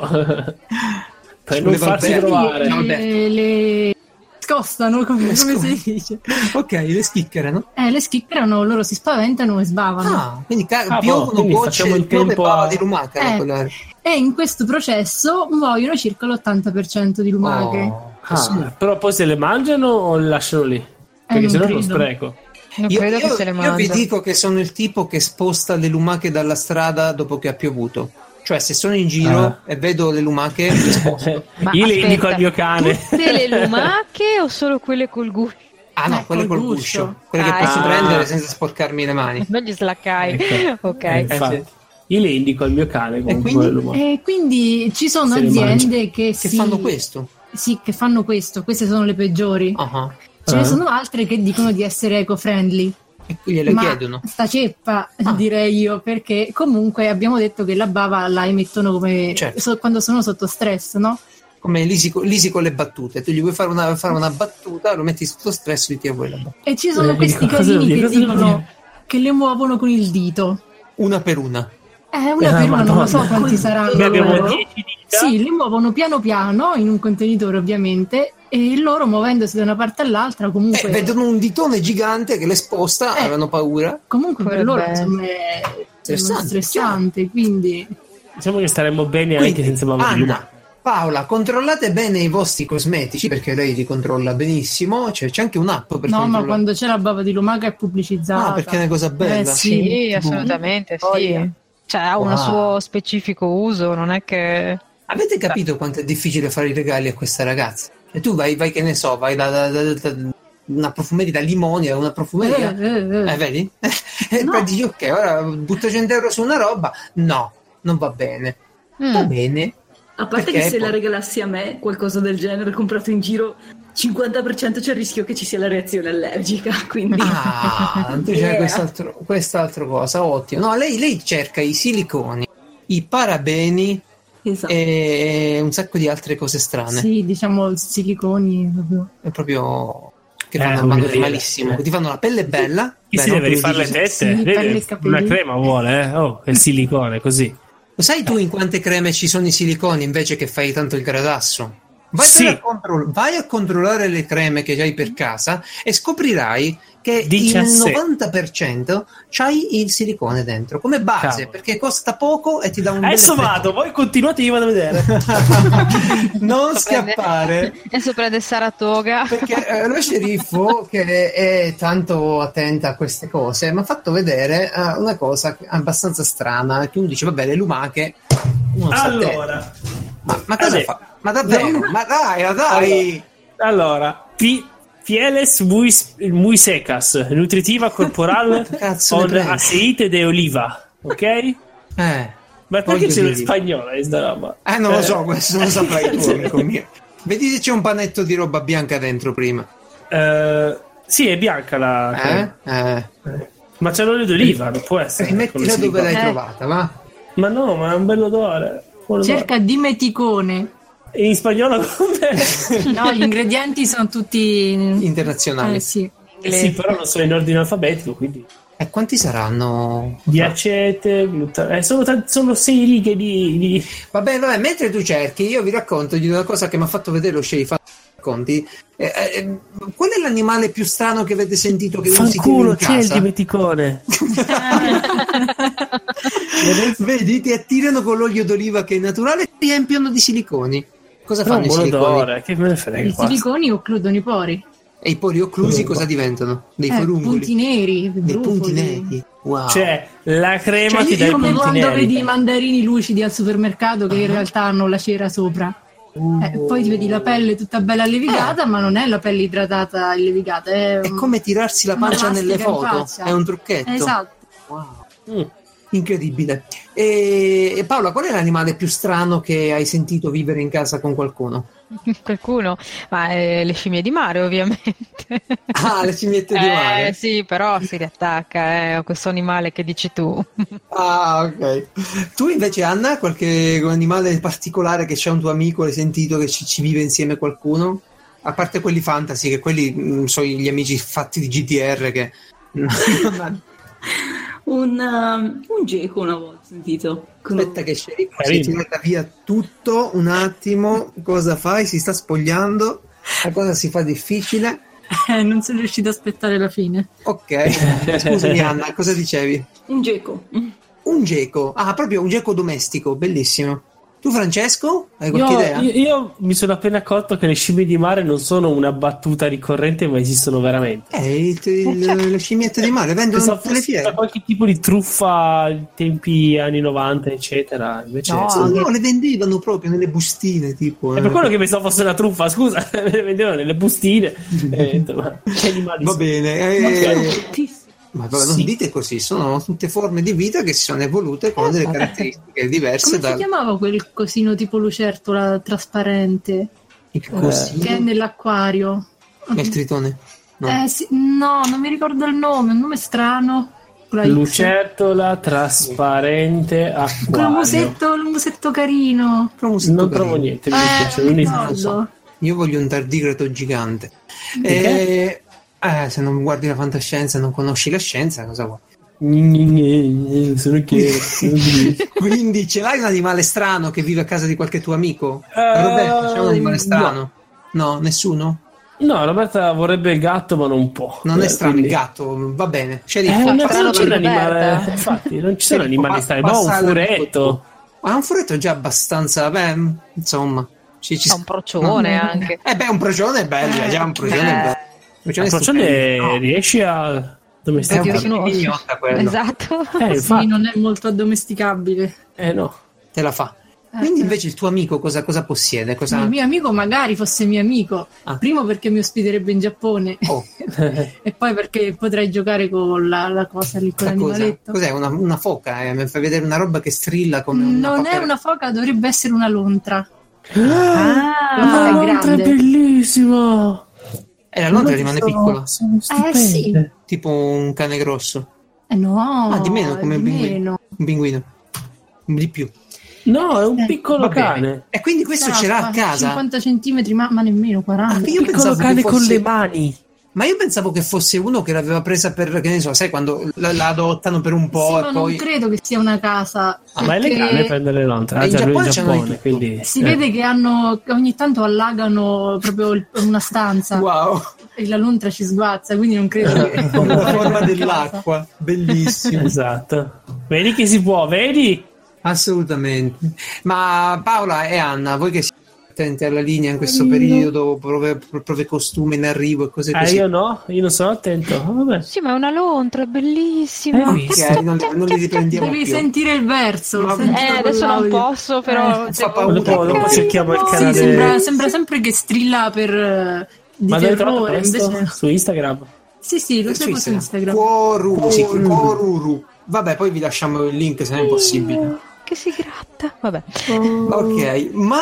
Per non farsi trovare. Le, le scostano, come, come si dice. Ok, le schiccherano. Eh, le schiccherano, loro si spaventano e sbavano. Ah, quindi ca- ah, piovono boh, gocce il tempo bava a... di lumaca. Eh, quella... E in questo processo muoiono circa l'ottanta per cento di lumache. Oh, ah, però poi se le mangiano o le lasciano lì? Perché eh, se no lo spreco. Non io, credo io, che se le io mangia. vi dico che sono il tipo che sposta le lumache dalla strada dopo che ha piovuto. Cioè, se sono in giro ah. e vedo le lumache, le sposto. Ma io le indico al mio cane. Tutte le lumache o solo quelle col guscio? Ah no, eh, quelle col guscio. guscio. Quelle ah, che posso ah. prendere senza sporcarmi le mani. Non gli slaccai. Ecco. Ok. Eh, infatti. Io le indico al mio cane. E quindi? E quindi ci sono se aziende che, che si... fanno questo. Sì, che fanno questo. Queste sono le peggiori. Uh-huh. Ce ne uh-huh. sono altre che dicono di essere eco-friendly. E qui gliele ma chiedono. Sta ceppa, ah. direi io, perché comunque abbiamo detto che la bava la emettono come certo. so, quando sono sotto stress, no? Come l'isi, l'isi con le battute. Tu gli vuoi fare una, fare una battuta, lo metti sotto stress e ti vuoi la battuta. E ci sono eh, questi dico, casini che dicono dire? che le muovono con il dito. Una per una. Eh, una eh, per una, non lo so no. quanti saranno. Noi abbiamo loro. dieci dita. Sì, li muovono piano piano in un contenitore ovviamente e loro muovendosi da una parte all'altra comunque... Eh, vedono un ditone gigante che le sposta, eh, avevano paura. Comunque per loro beh. insomma è stressante, stressante quindi... Diciamo che staremmo bene quindi, anche senza bava di lumaca. Paola, controllate bene i vostri cosmetici perché lei li controlla benissimo. Cioè, c'è anche un'app per no, controllare. ma quando c'è la bava di lumaca è pubblicizzata. Ah, perché è una cosa bella. Eh, sì, sì, assolutamente sì. Poi, cioè ha un wow. suo specifico uso, non è che... Avete capito quanto è difficile fare i regali a questa ragazza? E tu vai, vai che ne so, vai da, da, da, da una profumeria da limoni a una profumeria. Eh, eh, eh. eh vedi? E no. Poi dici, ok, ora butto cento euro su una roba. No, non va bene. Mm. Va bene. A parte perché che se poi... la regalassi a me qualcosa del genere comprato in giro, cinquanta per cento c'è il rischio che ci sia la reazione allergica, quindi... Ah, c'è yeah. quest'altro, quest'altro cosa, ottimo. No, lei, lei cerca i siliconi, i parabeni, esatto. E un sacco di altre cose strane. Sì, diciamo siliconi proprio. È proprio che eh, fanno male malissimo. Eh. Ti fanno la pelle bella. Chi beh, si deve rifare le tette? Sì, Lei una crema vuole, eh? Oh, il silicone, così. Lo sai tu in quante creme ci sono i siliconi invece che fai tanto il gradasso? Vai, sì. a controll- vai a controllare le creme che hai per casa e scoprirai che diciassette il novanta per cento c'hai il silicone dentro come base. Cavolo. Perché costa poco e ti dà un adesso bel vado, voi continuate, io vado a vedere. Non scappare. Adesso prende Saratoga perché eh, lo sceriffo che è tanto attenta a queste cose mi ha fatto vedere uh, una cosa abbastanza strana che uno dice vabbè le lumache allora ma, ma cosa Vabbè. fa? Ma davvero? Ma dai, ma dai! Allora, P- Pieles muy, muy secas, nutritiva corporal con aceite de oliva, ok? Eh. Ma perché c'è lo spagnolo questa roba? Eh, non lo eh. so, questo lo saprai tu, amico mio. Vedi se c'è un panetto di roba bianca dentro prima. Uh, sì, è bianca la... Eh? Eh. Ma c'è l'olio d'oliva, non può essere. Rimettila dove l'hai eh. trovata, va? Ma no, ma è un bell'odore. Cerca dimeticone. In spagnolo come? No, gli ingredienti sono tutti internazionali. Eh, sì. Eh sì, però non sono in ordine alfabetico, quindi... E quanti saranno? Di acete, gluta- eh, sono, t- sono sei righe di, di... Vabbè, vabbè, mentre tu cerchi, io vi racconto di una cosa che mi ha fatto vedere lo sceriffo. Racconti. Eh, eh, qual è l'animale più strano che avete sentito che usi in casa? C'è il dimenticone. Vedi, ti attirano con l'olio d'oliva che è naturale e ti riempiono di siliconi. Cosa Però fanno i siliconi? Che me ne frega. I siliconi occludono i pori. E i pori occlusi oh, cosa diventano? Dei eh, forungoli? Punti neri, dei punti neri. Wow. Cioè, la crema cioè, ti dà i punti neri. Come quando vedi i mandarini lucidi al supermercato che in realtà hanno la cera sopra. Uh. Eh, poi ti vedi la pelle tutta bella levigata, eh. ma non è la pelle idratata e levigata. È, è come tirarsi la pancia nelle foto. È un trucchetto. Esatto. Wow. Mm. Incredibile. E, e Paola, qual è l'animale più strano che hai sentito vivere in casa con qualcuno? Qualcuno? Ma eh, le scimmie di mare, ovviamente. Ah, le scimmiette di eh, mare. Sì, però si riattacca eh, a questo animale che dici tu. Ah, ok. Tu invece, Anna, qualche animale particolare che c'è un tuo amico, hai sentito che ci, ci vive insieme qualcuno? A parte quelli fantasy, che quelli mh, sono gli amici fatti di G T R che... Un, um, un geco una volta ho sentito. Aspetta che sceriffo si è tirata via tutto un attimo. Cosa fai? Si sta spogliando. La cosa si fa difficile. Eh, non sono riuscito ad aspettare la fine. Ok, scusami Anna, cosa dicevi? Un geco. Un geco. Ah, proprio un geco domestico, bellissimo. Tu Francesco? Hai qualche io, idea? Io, io mi sono appena accorto che le scimmie di mare non sono una battuta ricorrente, ma esistono veramente. Eh, il, il, le scimmiette di mare vendono tutte le fiere. Qualche tipo di truffa ai tempi anni novanta, eccetera. Invece no, sono... no, le vendevano proprio nelle bustine, tipo. È per quello che pensavo fosse una truffa, scusa, le vendevano nelle bustine. eh, ma che animali Va sono? bene. Eh, ma non sì. dite così, sono tutte forme di vita che si sono evolute con delle caratteristiche diverse. Come dal... si chiamava quel cosino tipo lucertola trasparente Il cosino? che è nell'acquario? Il tritone? No. Eh, sì, no, non mi ricordo il nome, un nome strano. Lucertola trasparente acquario. Quel musetto, il musetto carino. Musetto non carino. Trovo niente, mi eh, piace. Non non so. Io voglio un tardigrado gigante. E... Eh, se non guardi la fantascienza e non conosci la scienza, cosa vuoi? Sono che... Quindi ce l'hai un animale strano che vive a casa di qualche tuo amico? Uh, Roberto, c'è un animale strano? No, no nessuno? No, Roberta vorrebbe il gatto, ma non può. Non eh, è strano quindi... il gatto, va bene. C'è di eh, non, non c'è un animale, infatti, non ci sono animali strani, ma un furetto. Ma un furetto è già abbastanza, beh, insomma. Ci, ci... un procione no. anche. Eh beh, un procione è bello, è già un procione eh. è bello. Il procione no. riesci a domesticare? Esatto. Eh, sì, non è molto addomesticabile. Eh no. Te la fa. Quindi invece il tuo amico cosa, cosa possiede? Cosa... Il mio amico magari fosse mio amico. Ah. Primo perché mi ospiterebbe in Giappone oh. e poi perché potrei giocare con la, la cosa lì, con l'animaletto. Cos'è? Una, una foca? Eh? Mi fai vedere una roba che strilla come una Non foca. è una foca, dovrebbe essere una lontra. Ah, ah la lontra è bellissima! E la lontra rimane so, piccola. Eh sì. Tipo un cane grosso. Eh no. Ah, di meno come di un pinguino. Meno. Un pinguino. Di più. No, è un piccolo cane. E quindi questo Sarà ce l'ha a casa? cinquanta centimetri, ma, ma nemmeno quaranta. Ah, io un piccolo cane fosse... con le mani. Ma io pensavo che fosse uno che l'aveva presa per, che ne so, sai, quando la, la adottano per un po' sì, e ma poi... non credo che sia una casa. Ah, ma è legale prendere le lontre. Ah, in Giappone, in Giappone quindi... Si eh. vede che hanno ogni tanto allagano proprio una stanza. Wow. E la lontra ci sguazza, quindi non credo che... Con la forma dell'acqua. Casa. Bellissimo. Esatto. Vedi che si può, vedi? Assolutamente. Ma Paola e Anna, voi che siete attenti alla linea in questo periodo, prove, prove costume in arrivo e cose così. Eh, io no, io non sono attento. Vabbè. Sì, ma è una lontra, è bellissima. Eh, okay, non, non li riprendiamo Devi più. sentire il verso. Eh, adesso non posso, però... Eh, fa paura. Dopo, dopo cerchiamo il canale. Sì, sembra, sembra sempre che strilla per... Di ma terrore, invece... su Instagram? Sì, sì, lo seguo su Instagram. Koruru, sì, Koruru. Vabbè, poi vi lasciamo il link se non è possibile. Che si gratta, vabbè. Ok, ma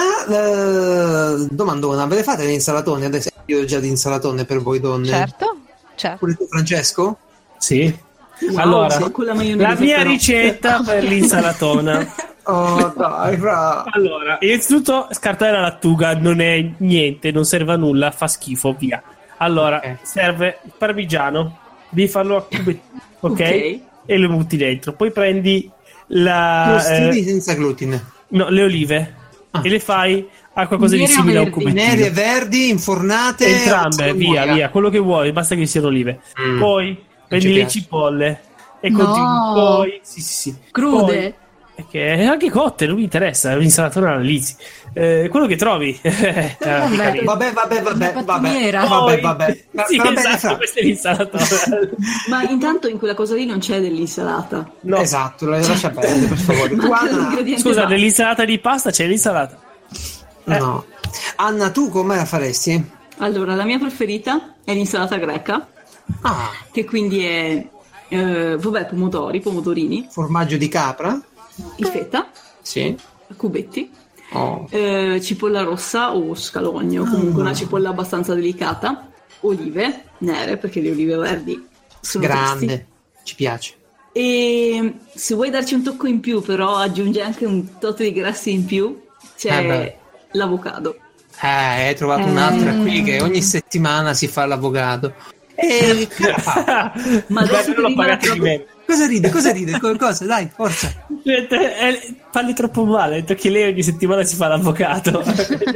eh, domandona, ve le fate le insalatone? Ad esempio, già di insalatone per voi donne? Certo, certo. Pure tu, Francesco? Sì. Wow, allora, sì, la, la mia però. ricetta per l'insalatona. Oh dai, fra. Allora, innanzitutto scartare la lattuga non è niente, non serve a nulla, fa schifo, via. Allora, okay. serve il parmigiano, devi farlo a cubetti, ok? okay. E lo butti dentro. Poi prendi la... Crostini eh, senza glutine. No, le olive. Ah. E le fai a qualcosa neri di simile a un cubettino. Nere e verdi, infornate. Entrambe, via, via, quello che vuoi, basta che siano olive. Mm. Poi prendi le cipolle e no. continui. Poi, sì, sì, sì. Crude. Poi, che anche cotte, non mi interessa, l'insalatona analizzi. Eh, quello che trovi. eh, vabbè, vabbè, vabbè, vabbè, vabbè, vabbè, vabbè. Sì, vabbè, esatto, questa è l'insalatona. Ma intanto in quella cosa lì non c'è dell'insalata. No. Esatto, la lascia perdere, per favore. Guarda, scusa, nell'insalata di pasta c'è l'insalata? Eh. No. Anna, tu come la faresti? Allora, la mia preferita è l'insalata greca. Ah. Che quindi è eh, vabbè, pomodori, pomodorini. Formaggio di capra? In fetta. Sì. Cubetti. Oh. Eh, cipolla rossa o scalogno, comunque oh. una cipolla abbastanza delicata, olive nere perché le olive verdi sono grande, tristi. Ci piace. E se vuoi darci un tocco in più, però aggiunge anche un tot di grassi in più, c'è eh l'avocado. Eh, hai trovato eh. un'altra qui che ogni settimana si fa l'avocado. E ma adesso non lo pagate di me. Cosa ride? Cosa ride? Cosa? Dai, forza. Parli troppo male, detto che lei ogni settimana si fa l'avvocato.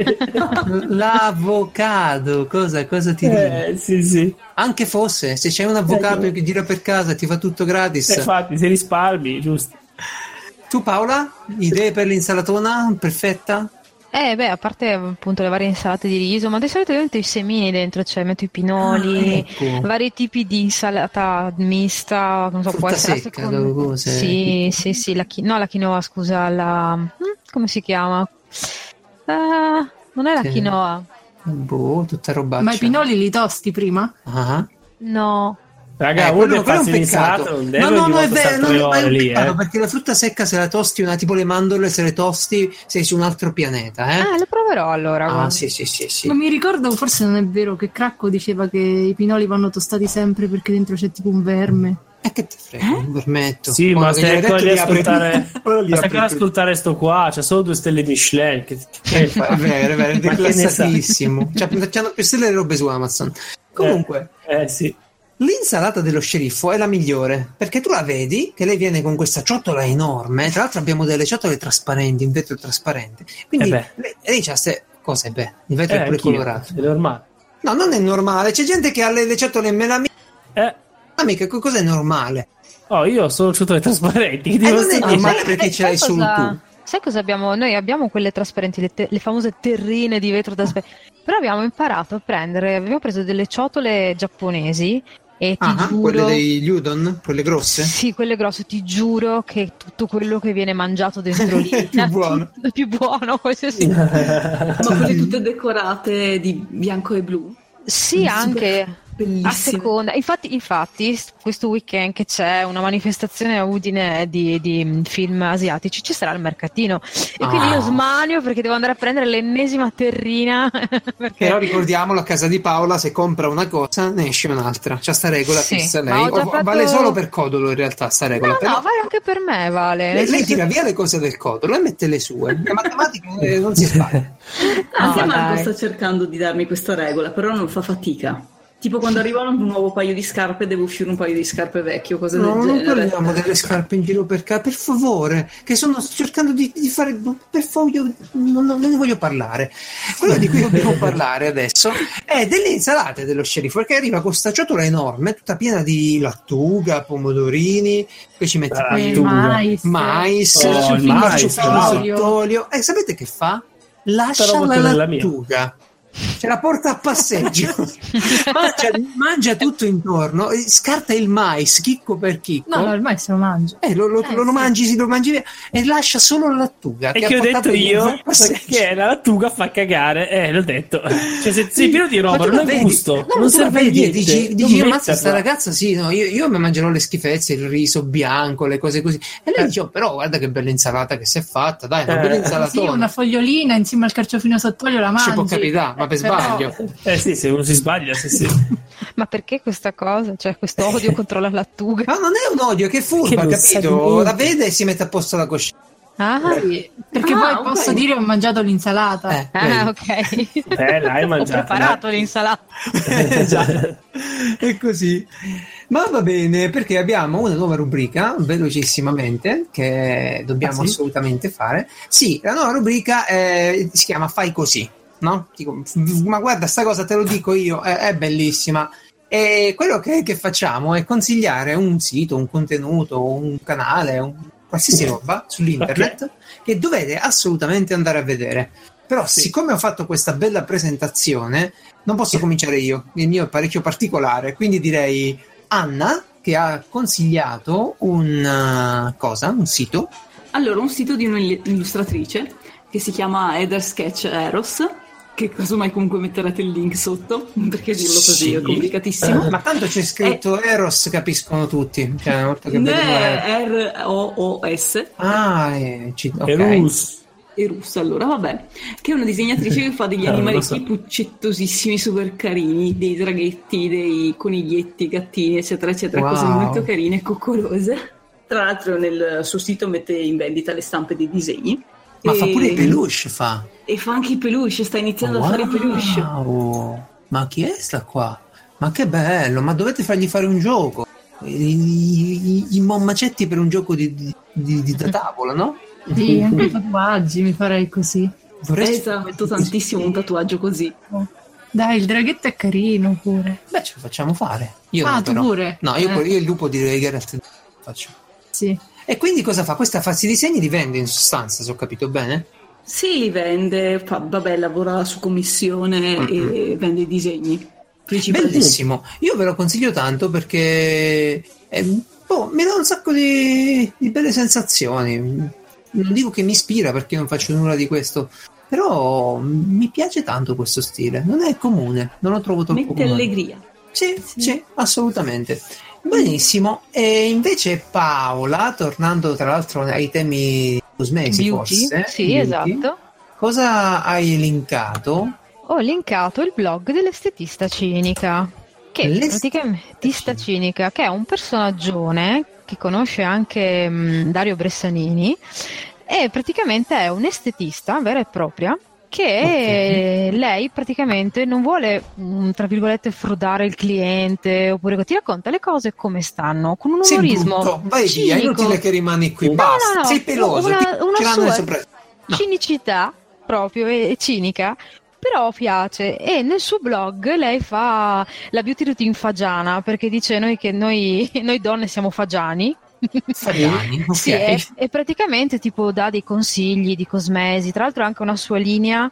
L'avocado, cosa, cosa ti ride? Eh, sì, sì. Anche fosse, se c'è un avvocato eh, che gira per casa ti fa tutto gratis. Eh, infatti, se risparmi, giusto. Tu Paola, idee per l'insalatona perfetta? Eh beh, a parte appunto le varie insalate di riso, ma di solito io metto i semini dentro, cioè metto i pinoli, ah, ecco. vari tipi di insalata mista, non so, frutta può essere secca, secondo... cose. Sì, sì, sì, la chi... no, la quinoa, scusa, la... come si chiama? Uh, non è la che... quinoa. Boh, tutta robaccia. Ma i pinoli li tosti prima? Ah. No. Raga, eh, uno quello, per farsi l'insalata non deve no, no, no, è vero, no, è un lì, peccato, eh. perché la frutta secca se la tosti, una tipo le mandorle se le tosti sei su un altro pianeta, eh? Ah, lo proverò allora. Ah, guarda. sì, sì, sì, sì. Ma mi ricordo, forse non è vero, che Cracco diceva che i pinoli vanno tostati sempre perché dentro c'è tipo un verme. E che te frega, un vermetto. Sì, Poi ma stai ancora di ascoltare apri... stai ancora ascoltare sto qua, c'ha solo due stelle Michelin che... è vero, è vero, è declassatissimo. Cioè, c'hanno più stelle le robe su Amazon. Comunque eh, eh sì. L'insalata dello sceriffo è la migliore, perché tu la vedi che lei viene con questa ciotola enorme, tra l'altro abbiamo delle ciotole trasparenti, in vetro trasparente, quindi eh lei, lei c'ha queste cose, beh, il vetro eh, è pure colorato. È normale. No, non è normale, c'è gente che ha le, le ciotole in melamina. Eh. Amica, cos'è normale? Oh, io sono ciotole trasparenti. Eh, non è normale perché ce l'hai solo tu. Sai cosa abbiamo? Noi abbiamo quelle trasparenti, le, te- le famose terrine di vetro trasparenti, però abbiamo imparato a prendere, abbiamo preso delle ciotole giapponesi. E ti ah, giuro, quelle dei udon? Quelle grosse? Sì, quelle grosse, ti giuro che tutto quello che viene mangiato dentro lì è più buono. È più buono, sì. Ma quelle tutte decorate di bianco e blu? Sì, anche. Bellissime. A seconda, infatti, infatti, questo weekend che c'è una manifestazione a Udine di, di film asiatici, ci sarà il mercatino e ah. quindi io smanio perché devo andare a prendere l'ennesima terrina. Perché... Però ricordiamolo, a casa di Paola se compra una cosa ne esce un'altra, c'è sta regola sì, fissa lei. O, fatto... Vale solo per Codolo in realtà sta regola. No, però... no, vale anche per me, vale. Lei, lei tira via le cose del Codolo e mette le sue. La matematica eh, non si sbaglia. Anche no, Marco dai. sta cercando di darmi questa regola, però non fa fatica. Tipo quando arrivano un nuovo paio di scarpe deve uscire un paio di scarpe vecchio, cose no, del genere. Non parliamo delle scarpe in giro per casa, per favore, che sto cercando di, di fare, per favore, non, non ne voglio parlare. Quello di cui dobbiamo parlare adesso è delle insalate dello sceriffo, perché arriva con sta ciotola enorme, tutta piena di lattuga, pomodorini, poi ci mette eh, mais, mais, oh, il mais sott'olio. E sapete che fa? Lascia la lattuga. Ce la porta a passeggio, mangia, mangia tutto intorno, scarta il mais chicco per chicco. No, no, il mais lo mangia. Eh, lo, lo, eh, lo, sì. mangi, lo mangi via e lascia solo la lattuga. E che, che ho detto io che la lattuga fa cagare, eh, l'ho detto. Cioè, se sei pieno di roba, non è gusto, no, non serve vedi, niente. Dici, dici ammazza sta ragazza, sì, no, io, io mi mangerò le schifezze, il riso bianco, le cose così. E lei eh. dice, oh, però guarda che bella insalata che si è fatta, dai, una eh. bella insalatona. Sì, una fogliolina insieme al carciofino sott'olio la mangi. Ci può capitare, ma per sbaglio. Eh sì, se uno si sbaglia, sì, sì. Ma perché questa cosa? Cioè, questo odio contro la lattuga? Ma non è un odio, che furba, che capito? La vede e si mette a posto la coscienza. Ah, sì, perché ah, poi okay. posso dire ho mangiato l'insalata. Eh, ah, ok. Bella, hai mangiato. Ho preparato l'insalata. Esatto. È così. Ma va bene, perché abbiamo una nuova rubrica, velocissimamente, che dobbiamo ah, sì? assolutamente fare. Sì, la nuova rubrica è, si chiama Fai Così, no? Dico, ma guarda, sta cosa te lo dico io, è, è bellissima. E quello che, che facciamo è consigliare un sito, un contenuto, un canale, un, qualsiasi roba sull'internet okay. che dovete assolutamente andare a vedere. Però sì. siccome ho fatto questa bella presentazione, non posso cominciare io, il mio è parecchio particolare, quindi direi Anna che ha consigliato un uh, cosa? Un sito? Allora, un sito di un'illustratrice che si chiama Heather Sketch Eros, che casomai comunque metterete il link sotto, perché dirlo così sì. è complicatissimo. Ma tanto c'è scritto è... Eros, capiscono tutti. Cioè, una volta che R O O S. Ah, è... ok. Eros. Eros, allora, vabbè. Che è una disegnatrice che fa degli animaletti so. puccettosissimi, super carini, dei draghetti, dei coniglietti, gattini, eccetera, eccetera, wow. cose molto carine e coccolose. Tra l'altro nel suo sito mette in vendita le stampe dei disegni. Ma e... fa pure i peluche, fa. E fa anche i peluche, sta iniziando wow. a fare i peluche. Ma chi è sta qua? Ma che bello, ma dovete fargli fare un gioco. I, i, i mommacetti per un gioco di, di, di, di da tavola, no? Sì, anche i tatuaggi mi farei così. Vorrei esatto, tantissimo un tatuaggio così. Dai, il draghetto è carino pure. Beh, ce lo facciamo fare. Io ah, no, tu però. pure? No, io, eh. io il lupo di Geralt faccio. Sì. E quindi cosa fa? Questa farsi i disegni li vende in sostanza, se ho capito bene? Sì, li vende, fa, vabbè, lavora su commissione mm-hmm. e vende i disegni. Bellissimo, io ve lo consiglio tanto perché eh, boh, mi dà un sacco di, di belle sensazioni. Non dico che mi ispira perché non faccio nulla di questo, però mi piace tanto questo stile, non è comune, non lo trovo troppo mette comune. allegria. Sì, sì, sì, assolutamente. Benissimo, e invece Paola, tornando tra l'altro ai temi cosmesi forse, sì, beauty, esatto. Cosa hai linkato? Ho linkato il blog dell'estetista cinica, che praticamente cinica, che è un personaggione che conosce anche mh, Dario Bressanini, e praticamente è un estetista vera e propria che okay. lei praticamente non vuole mh, tra virgolette frodare il cliente, oppure ti racconta le cose come stanno con un umorismo brutto, vai cinico. Via, è inutile che rimani qui, no, basta, no, no, sei peloso, una, ti, una ti sua sopra... no. cinicità proprio e, e cinica, però piace. E nel suo blog lei fa la beauty routine fagiana, perché dice noi che noi, noi donne siamo fagiani. Fagiani, okay. Sì, e, e praticamente tipo dà dei consigli di cosmesi, tra l'altro anche una sua linea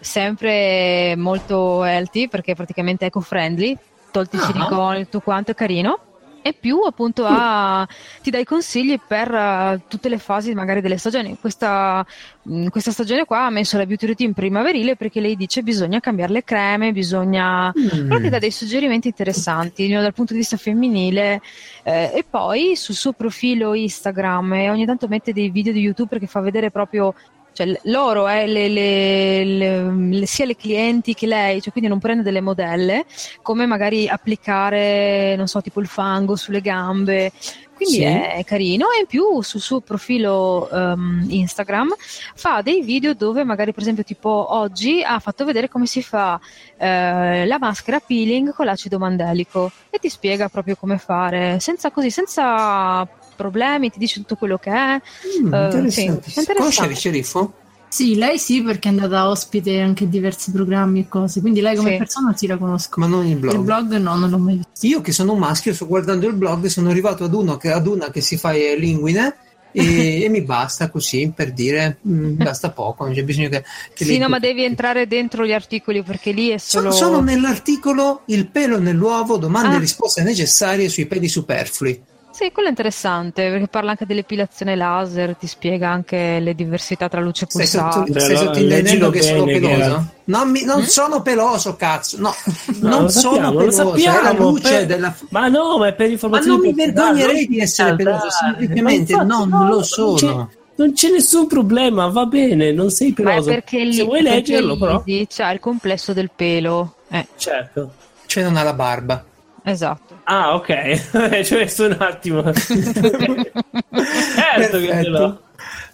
sempre molto healthy, perché praticamente eco-friendly, tolti i ah. siliconi, tutto quanto è carino. E più appunto a, ti dai consigli per uh, tutte le fasi magari delle stagioni. Questa, mh, questa stagione qua ha messo la beauty routine primaverile perché lei dice bisogna cambiare le creme, bisogna mm. però ti dà dei suggerimenti interessanti dal punto di vista femminile, eh, e poi sul suo profilo Instagram e ogni tanto mette dei video di YouTube perché fa vedere proprio, cioè loro eh, le, le, le, le, sia le clienti che lei, cioè quindi non prende delle modelle, come magari applicare, non so, tipo il fango sulle gambe, quindi sì. è carino. E in più sul suo profilo um, Instagram fa dei video dove magari per esempio tipo oggi ha fatto vedere come si fa eh, la maschera peeling con l'acido mandelico e ti spiega proprio come fare senza così, senza problemi, ti dice tutto quello che è. Mm, uh, interessante. Sì, conosce il sceriffo? Sì, lei sì, perché è andata ospite anche a diversi programmi e cose, quindi lei come sì. persona sì la conosco. Ma non il blog? Il blog no, non l'ho mai visto. Io che sono un maschio, sto guardando il blog, sono arrivato ad uno che, ad una che si fa linguine e, e mi basta così, per dire, mh, basta poco, non c'è bisogno che... che sì, no, ma devi entrare dentro gli articoli perché lì è solo... Sono, sono nell'articolo il pelo nell'uovo, domande ah. e risposte necessarie sui peli superflui. Sì, quello è interessante perché parla anche dell'epilazione laser, ti spiega anche le diversità tra luce pulsata. Stai, stai sottintendendo che sono peloso? Non, mi, non mm? sono peloso, cazzo. No, no non sono sappiamo, peloso. Lo sappiamo, è la luce per... della... Ma no, ma è per informazioni. Ma non mi vergognerei di essere peloso, semplicemente infatti, non no, lo sono. Non c'è, non c'è nessun problema, va bene, non sei peloso. Ma perché lì, se vuoi leggerlo, però. C'è il complesso del pelo. Eh. Certo. Cioè non ha la barba. Esatto. Ah, ok. Ci ho messo un attimo. Certo che ce l'ho.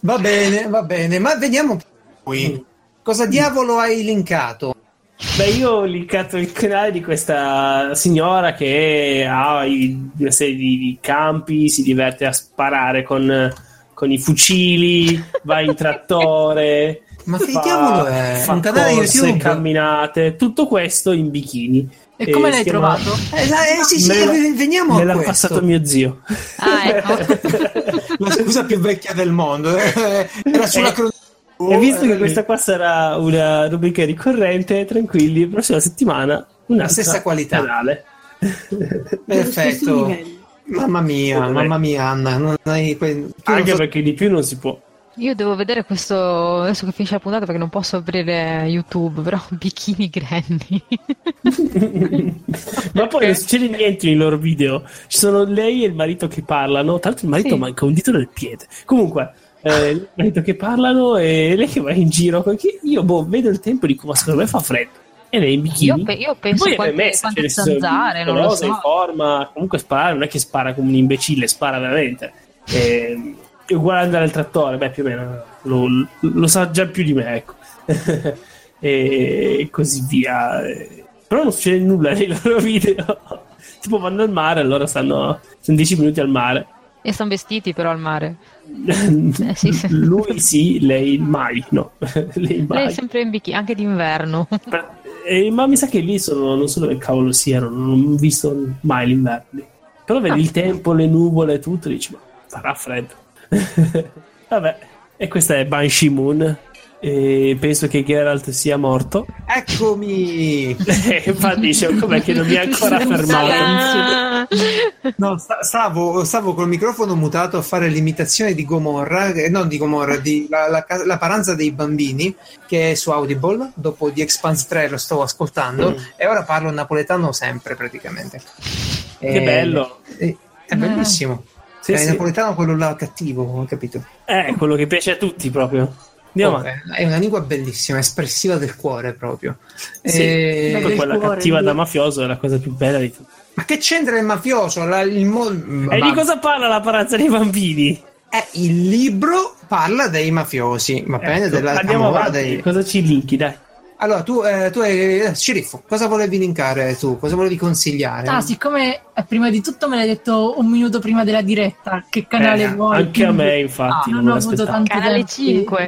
Va bene, va bene, ma vediamo qui. Cosa diavolo hai linkato? Beh, io ho linkato il canale di questa signora che ha una serie di, di campi, si diverte a sparare con, con i fucili, va in trattore. Ma che fa, diavolo è? Fa un canale corse, YouTube? Camminate, tutto questo in bikini. E come l'hai chiama... trovato? Eh, eh, sì, sì, me la, veniamo me a l'ha questo. passato mio zio. Ah, ecco. La scusa più vecchia del mondo. Era sulla eh, cronaca. E visto che questa qua sarà una rubrica ricorrente, tranquilli, la prossima settimana una stessa qualità. Canale. Perfetto. Mamma mia, mamma mia, Anna. Non hai que... Anche non so... perché di più non si può. Io devo vedere questo adesso che finisce la puntata perché non posso aprire YouTube, però bikini granny. Ma poi non succede niente nei loro video. Ci sono lei e il marito che parlano. Tra l'altro il marito Sì. manca un dito nel piede. Comunque, eh, il marito che parlano e lei che va in giro. Perché io boh, vedo il tempo e dico, ma secondo me fa freddo. E lei in bikini. Io, pe- io penso poi quante, messa, quante cioè, nel senso, zanzare, non lo colosa, in so. forma. Comunque spara, non è che spara come un imbecille, spara veramente. E, è uguale ad andare al trattore, beh, più o meno lo, lo sa già più di me, ecco. E così via. Però non succede nulla nei loro video. Tipo vanno al mare, allora stanno sono dieci minuti al mare. E stanno vestiti però al mare. Eh, sì, sì. Lui sì, lei mai, no. Lei mai. Lei è sempre in bikini, anche d'inverno. Eh, ma mi sa che lì sono, non so dove cavolo siano, non ho visto mai l'inverno lì. Però vedi Ah. il tempo, le nuvole, tutto, dici, ma farà freddo. Vabbè, e questa è Banshee Moon. E penso che Geralt sia morto. Eccomi. Infatti dice, com'è che non mi ha ancora fermato? No, sta- stavo, stavo col microfono mutato a fare l'imitazione di Gomorra, eh, non di Gomorra, di la, la, la paranza dei bambini, che è su Audible. Dopo The Expanse tre lo stavo ascoltando mm. e ora parlo napoletano sempre praticamente. Che E, bello! È, è bellissimo. Sì, è sì. napoletano quello là cattivo, ho capito. È quello che piace a tutti proprio. Andiamo Oh, è, è una lingua bellissima, espressiva del cuore proprio. sì. E... Poi quella cuore, cattiva Dio. da mafioso è la cosa più bella di tutti. Ma che c'entra il mafioso? La, il mo... E Ma- di cosa parla la paranza dei bambini? Eh, il libro parla dei mafiosi, va bene? Ecco, Della andiamo camorra, avanti. dei... Cosa ci linki, dai? Allora, tu, eh, tu eh, sceriffo, cosa volevi linkare tu? Cosa volevi consigliare? Ah, siccome eh, prima di tutto me l'hai detto un minuto prima della diretta, che canale Eh, vuoi? anche a quindi- me, infatti, Ah, non non ho me avuto l'aspettavo. tanto Canale tempo. cinque.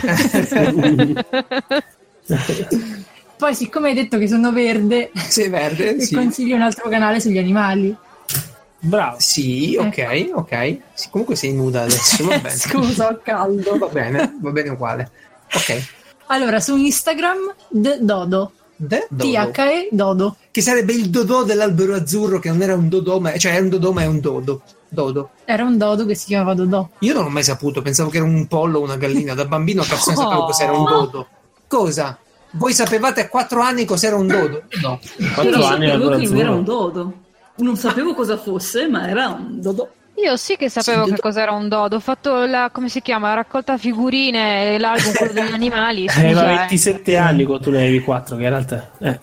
Eh. Poi, siccome hai detto che sono verde, Sei verde? ti Sì. consiglio un altro canale sugli animali. Bravo. Sì, ok, ok. Sì, comunque sei nuda adesso, va bene. Scusa, ho caldo. Va bene, va bene uguale. Ok. Allora, su Instagram, The Dodo. De- T dodo. H E Dodo. Che sarebbe il dodò dell'albero azzurro, che non era un dodò, ma... cioè è un dodò, ma è un dodo. Dodo. Era un dodo che si chiamava Dodò. Io non l'ho mai saputo, pensavo che era un pollo o una gallina. Da bambino cazzo ne sapevo cos'era un dodo. Cosa? Voi sapevate a quattro anni cos'era un dodo? No. Quattro Io anni sapevo allora che non era un azzurro. dodo. Non sapevo cosa fosse, ma era un dodo. Io sì che sapevo Sì, che cos'era un dodo. Ho fatto la, come si chiama, la raccolta figurine, l'album quello degli animali. Scusa, Aveva eh. ventisette anni quando tu ne avevi quattro, che in realtà... Eh.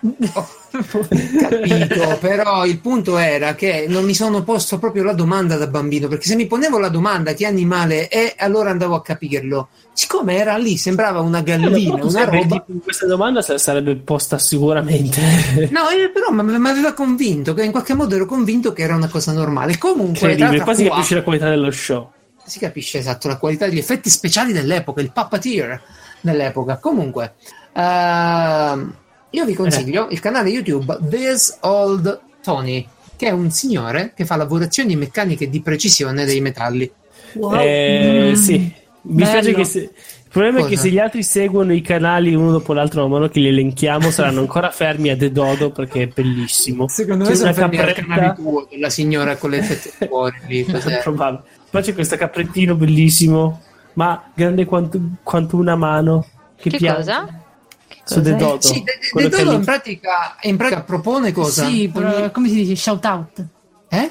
Capito, però il punto era che non mi sono posto proprio la domanda da bambino, perché se mi ponevo la domanda che animale è, allora andavo a capirlo. Siccome era lì, sembrava una gallina, Tu una sai, roba. per- questa domanda sa- sarebbe posta sicuramente. No, eh, però mi aveva convinto, che in qualche modo ero convinto che era una cosa normale. Comunque, tra Incredibile, l'altro, quasi qua capisci la qualità dello show. si capisce esatto la qualità degli effetti speciali dell'epoca, il puppeteer dell'epoca. Comunque, ehm, io vi consiglio il canale YouTube This Old Tony, che è un signore che fa lavorazioni meccaniche di precisione dei metalli. Wow. Eh, Mm, sì, mi spiace bello. che se... il problema è che Cosa? se gli altri seguono i canali uno dopo l'altro man mano che li elenchiamo saranno ancora fermi a The Dodo perché è bellissimo. Secondo C'è me sono una fermi al capretta- canale tuo, della signora con le tette fuori lì. Cos'è? Probabile. Poi c'è questo caprettino bellissimo, ma grande quanto, quanto una mano. Che, Che piange. cosa? Che Su The cos'è? Dodo. Sì, De, Quello De che Dodo lì- in pratica, in pratica propone cosa? Sì, però, Ogni- come si dice? Shout out. Eh?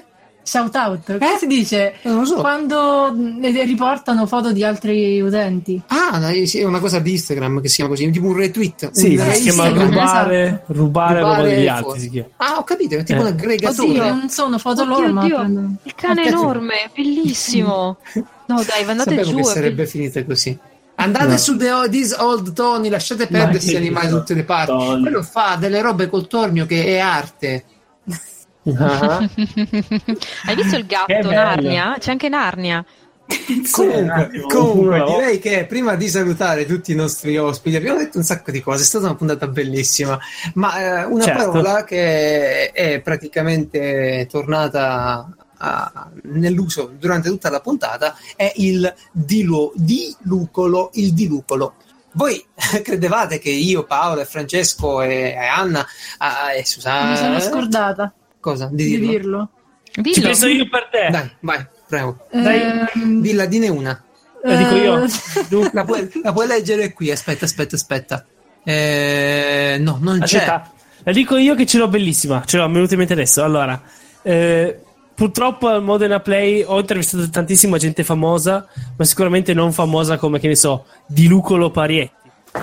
shout out, come eh? si dice? Non lo so. Quando riportano foto di altri utenti. Ah, è una cosa di Instagram che si chiama così, tipo un retweet. Sì, un si chiama rubare, esatto. rubare, rubare degli altri. Si chiama. Ah, ho capito, è tipo eh. un aggregatore. Oddio, non sono foto Oddio, loro, ma oddio, prendono... il cane è enorme, bellissimo. No, dai, andate Sapevo giù. che sarebbe finita così. Andate no. su The This Old Tony, lasciate perdere questi animali da tutte le parti. Tony. Quello fa delle robe col tornio che è arte. Uh-huh. Hai visto il gatto Narnia? C'è anche Narnia. Comunque, comunque direi che prima di salutare tutti i nostri ospiti abbiamo detto un sacco di cose, è stata una puntata bellissima, ma eh, una certo. parola che è praticamente tornata a, nell'uso durante tutta la puntata è il dilu- dilucolo, il dilucolo. Voi credevate che io, Paolo e Francesco e, e Anna ah, e Susanna... Mi sono scordata. Cosa? Di dirlo? Di dirlo. Dillo. Ci penso io per te. Dai, vai, prego. Dai. Dilla, dine una. La dico io. La puoi, la puoi leggere qui, aspetta, aspetta, aspetta. Eh, no, non aspetta. c'è. La dico io che ce l'ho bellissima, ce l'ho, mi è venuta in mente adesso. Allora, eh, purtroppo al Modena Play ho intervistato tantissima gente famosa, ma sicuramente non famosa come, che ne so, Di Lucolo Parietti.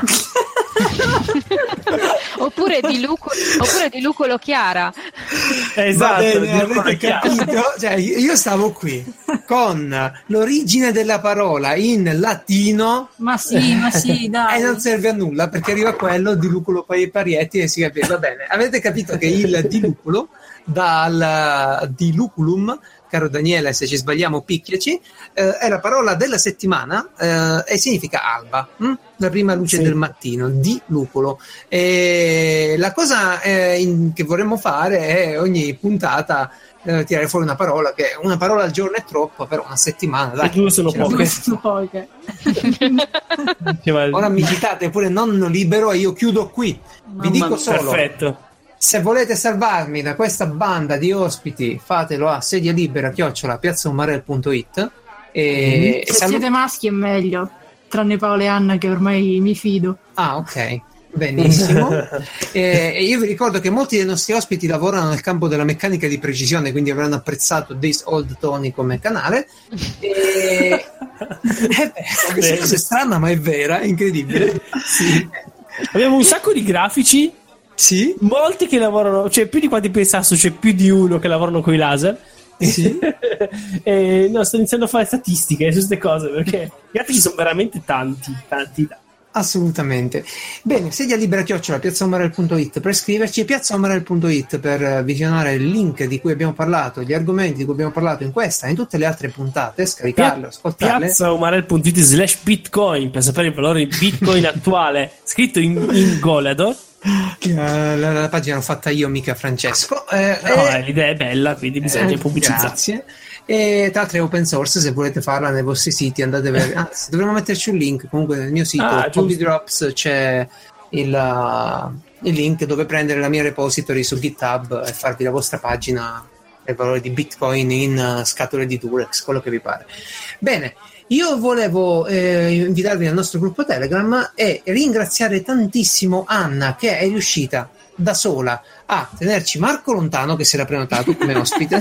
oppure di Lucolo, oppure di Lucolo Chiara. Esatto, bene, avete capito? Cioè, io stavo qui con l'origine della parola in latino, ma sì, ma sì, dai. E non serve a nulla perché arriva quello di Lucolo Parietti e si capisce. Va bene, avete capito che il di Lucolo dal di Luculum, caro Daniele, se ci sbagliamo picchiaci, eh, è la parola della settimana eh, e significa alba, hm? La prima luce sì. del mattino, di lucolo. E la cosa eh, in, che vorremmo fare è ogni puntata eh, tirare fuori una parola, che una parola al giorno è troppo, però una settimana, dai. E due sono poche. Sono poche. Ora mi citate pure nonno libero e io chiudo qui. Vi Mamma dico solo... Perfetto. Se volete salvarmi da questa banda di ospiti, fatelo a sedia libera chiocciola piazzaumarel punto it e se salu- siete maschi è meglio, tranne Paolo e Anna che ormai mi fido. Ah, ok, benissimo. e, e io vi ricordo che molti dei nostri ospiti lavorano nel campo della meccanica di precisione, quindi avranno apprezzato This Old Tony come canale. E... è questa cosa è strana, ma è vera, è incredibile. Sì. Abbiamo un sacco di grafici. Sì. Molti che lavorano, cioè più di quanti pensassero, c'è più di uno che lavorano con i laser. Sì. E no, sto iniziando a fare statistiche su queste cose perché gli altri sono veramente tanti, tanti. Assolutamente. Bene, sedia libera chiocciola piazzaumarel punto it per scriverci, piazzaumarel punto it per visionare il link di cui abbiamo parlato, gli argomenti di cui abbiamo parlato in questa e in tutte le altre puntate, scaricarle, ascoltarle. piazzaumarel punto it slash bitcoin per sapere il valore di bitcoin attuale, scritto in, in Goleador. La, la, la pagina l'ho fatta io, mica Francesco. Eh, no, eh, l'idea è bella, quindi bisogna eh, pubblicizzare. Grazie. E tra l'altro è open source, se volete farla nei vostri siti andate a vedere. Anzi, dovremmo metterci un link. Comunque nel mio sito ah, Hobby Drops c'è il, uh, il link dove prendere la mia repository su GitHub e farvi la vostra pagina del valore di Bitcoin in uh, scatole di Durex, quello che vi pare. Bene. Io volevo eh, invitarvi al nostro gruppo Telegram e ringraziare tantissimo Anna, che è riuscita da sola a tenerci Marco lontano, che si era prenotato come ospite,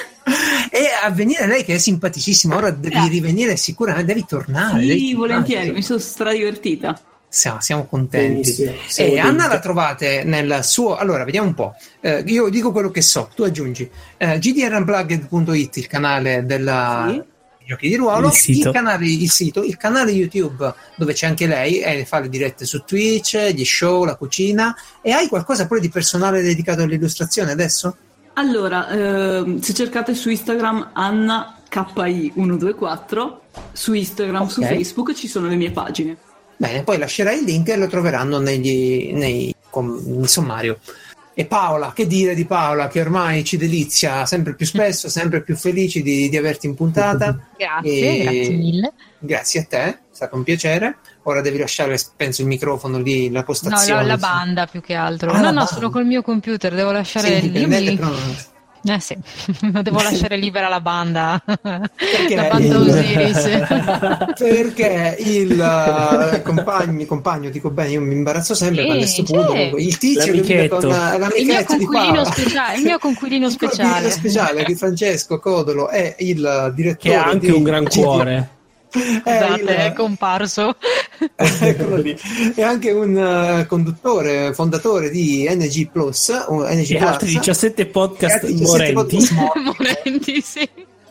e a venire lei, che è simpaticissima. Ora devi rivenire sicuramente, devi tornare. Sì, devi volentieri, tornare. mi sono stradivertita. Siamo, siamo contenti. Sì, sì, e Anna la trovate nel suo... Allora, vediamo un po'. Eh, io dico quello che so, tu aggiungi. Eh, G D R unplugged punto it, il canale della... Sì. Giochi di ruolo, il sito. Il, canale, il sito, il canale YouTube dove c'è anche lei e fa le dirette su Twitch, gli show, la cucina. E hai qualcosa pure di personale dedicato all'illustrazione adesso? Allora, ehm, se cercate su Instagram Anna K I uno due quattro, su Instagram, okay. Su Facebook ci sono le mie pagine. Bene, poi lascerai il link e lo troveranno negli, nei, com, in sommario. E Paola, che dire di Paola, che ormai ci delizia sempre più spesso, sempre più felici di, di averti in puntata. Grazie, e... grazie mille. Grazie a te, è stato un piacere. Ora devi lasciare, penso, il microfono lì, la postazione. No, la, la banda più che altro. Ah, no, no, banda. sono col mio computer, devo lasciare sì, il link. Però... Eh sì, devo lasciare libera la banda, perché la banda il, Osiris. Perché il uh, compagno, compagno, dico bene, io mi imbarazzo sempre Sì, a questo punto, sì. il tizio che vive con uh, il mio di conquilino Paola. speciale, il mio conquilino speciale, speciale che Francesco Codolo è il direttore, che ha anche di un gran cuore. Scusate, il, è comparso. Eccolo lì. È anche un uh, conduttore, fondatore di N G Plus, uh, N G e Plus, altri diciassette podcast altri diciassette morenti. podcast Morenti, sì.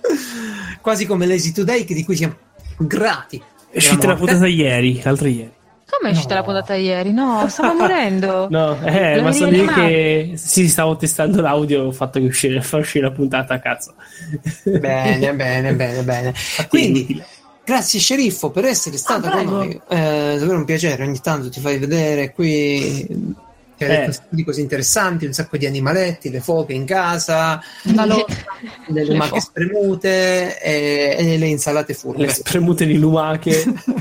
Quasi come Lazy Today, che di cui siamo grati. È uscita la puntata ieri, l'altro ieri. Come è uscita No. la puntata ieri? No, stavo morendo. No, eh, L'avevi ma so dire animato. che sì, stavo testando l'audio, ho fatto che uscire, far uscire la puntata a cazzo. Bene, bene, bene, bene. Quindi, grazie sceriffo per essere stato Ah, con prego. noi. Eh, davvero un piacere, ogni tanto ti fai vedere qui. Che hai Eh. detto un sacco di cose interessanti, un sacco di animaletti, le foche in casa, Una lo- le Le lumache foche. spremute e, e le insalate furbe. Le spremute di lumache.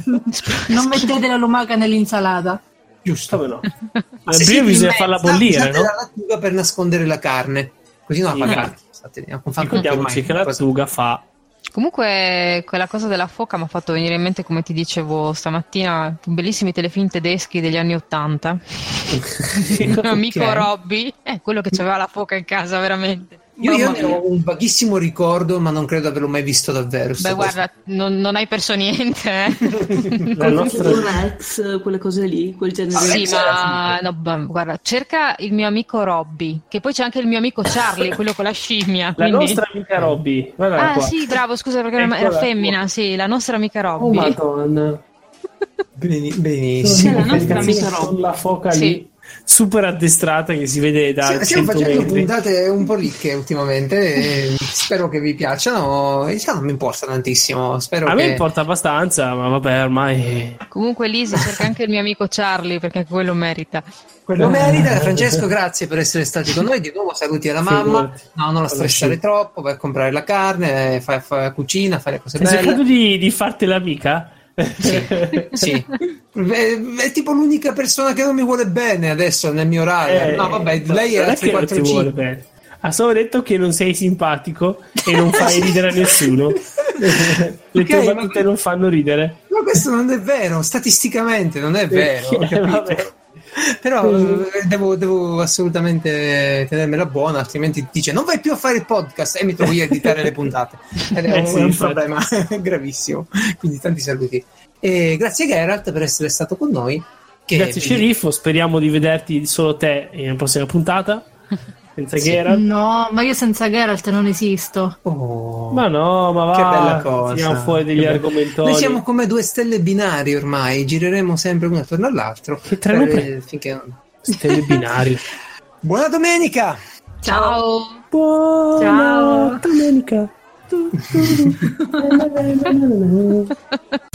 Non mettete la lumaca nell'insalata. Giusto. Come no? Ma se Prima siete in bisogna mezza, farla bollire, usate no? la lattuga per nascondere la carne, così non Sì. la pagate. State- non fa- Ricordiamoci che la ormai- lattuga fa Comunque quella cosa della foca mi ha fatto venire in mente, come ti dicevo stamattina, bellissimi telefilm tedeschi degli anni Ottanta. Il mio amico Ok. Robby è quello che aveva la foca in casa, veramente. Io, io Mamma ne mia. ho un vaghissimo ricordo, ma non credo averlo mai visto davvero. sta Beh, cosa. guarda, non, non hai perso niente, eh? la nostra. Rex, quelle cose lì, quel genere Sì, di ma no, beh, guarda, cerca il mio amico Robby, che poi c'è anche il mio amico Charlie, quello con la scimmia. La quindi- nostra amica Robby. Guarda Ah, qua. sì, bravo, scusa, perché era Eccola femmina, qua. sì, la nostra amica Oh Robby. madonna. Beni- benissimo. Sì, la nostra benissimo. amica Con la foca Sì. lì super addestrata che si vede da Sì, stiamo cento facendo metri. puntate un po' ricche ultimamente, e spero che vi piacciono. In realtà non mi importa tantissimo. Spero A che... me importa abbastanza, ma vabbè, ormai Comunque Lisi cerca anche il mio amico Charlie, perché anche quello merita. Quello merita. Francesco, grazie per essere stati con noi. Di nuovo saluti alla mamma. Figurati. No, non la stressare Sì. troppo, vai a comprare la carne, fai, fai cucina, fai le cose hai cercato belle. di, di farti l'amica? Sì. È, è tipo l'unica persona che non mi vuole bene adesso nel mio orario. Eh, no, vabbè, lei è non è altri che non quattro ti vuole cinque. bene. Ha solo detto che non sei simpatico e non fai ridere a nessuno. Le Ok, tue ma- battute non fanno ridere. Ma questo non è vero, statisticamente non è vero. ho Eh, capito. vabbè. Però eh, devo, devo assolutamente tenermela buona, altrimenti dice non vai più a fare il podcast e mi trovo io a editare le puntate. Ed è Eh un, sì, un infatti. problema gravissimo. Quindi tanti saluti. E grazie Geralt per essere stato con noi. Che Grazie sceriffo, speriamo di vederti solo te in prossima puntata. Senza Sì. Geralt. No, ma io senza Geralt non esisto. Oh, Ma no, ma va. che bella cosa. Tiriamo fuori Che degli bello. argomentoni. Noi siamo come due stelle binarie ormai, gireremo sempre uno attorno all'altro. Che treno per- pre- finché... Stelle binario. Buona domenica! Ciao! Buona Ciao. domenica.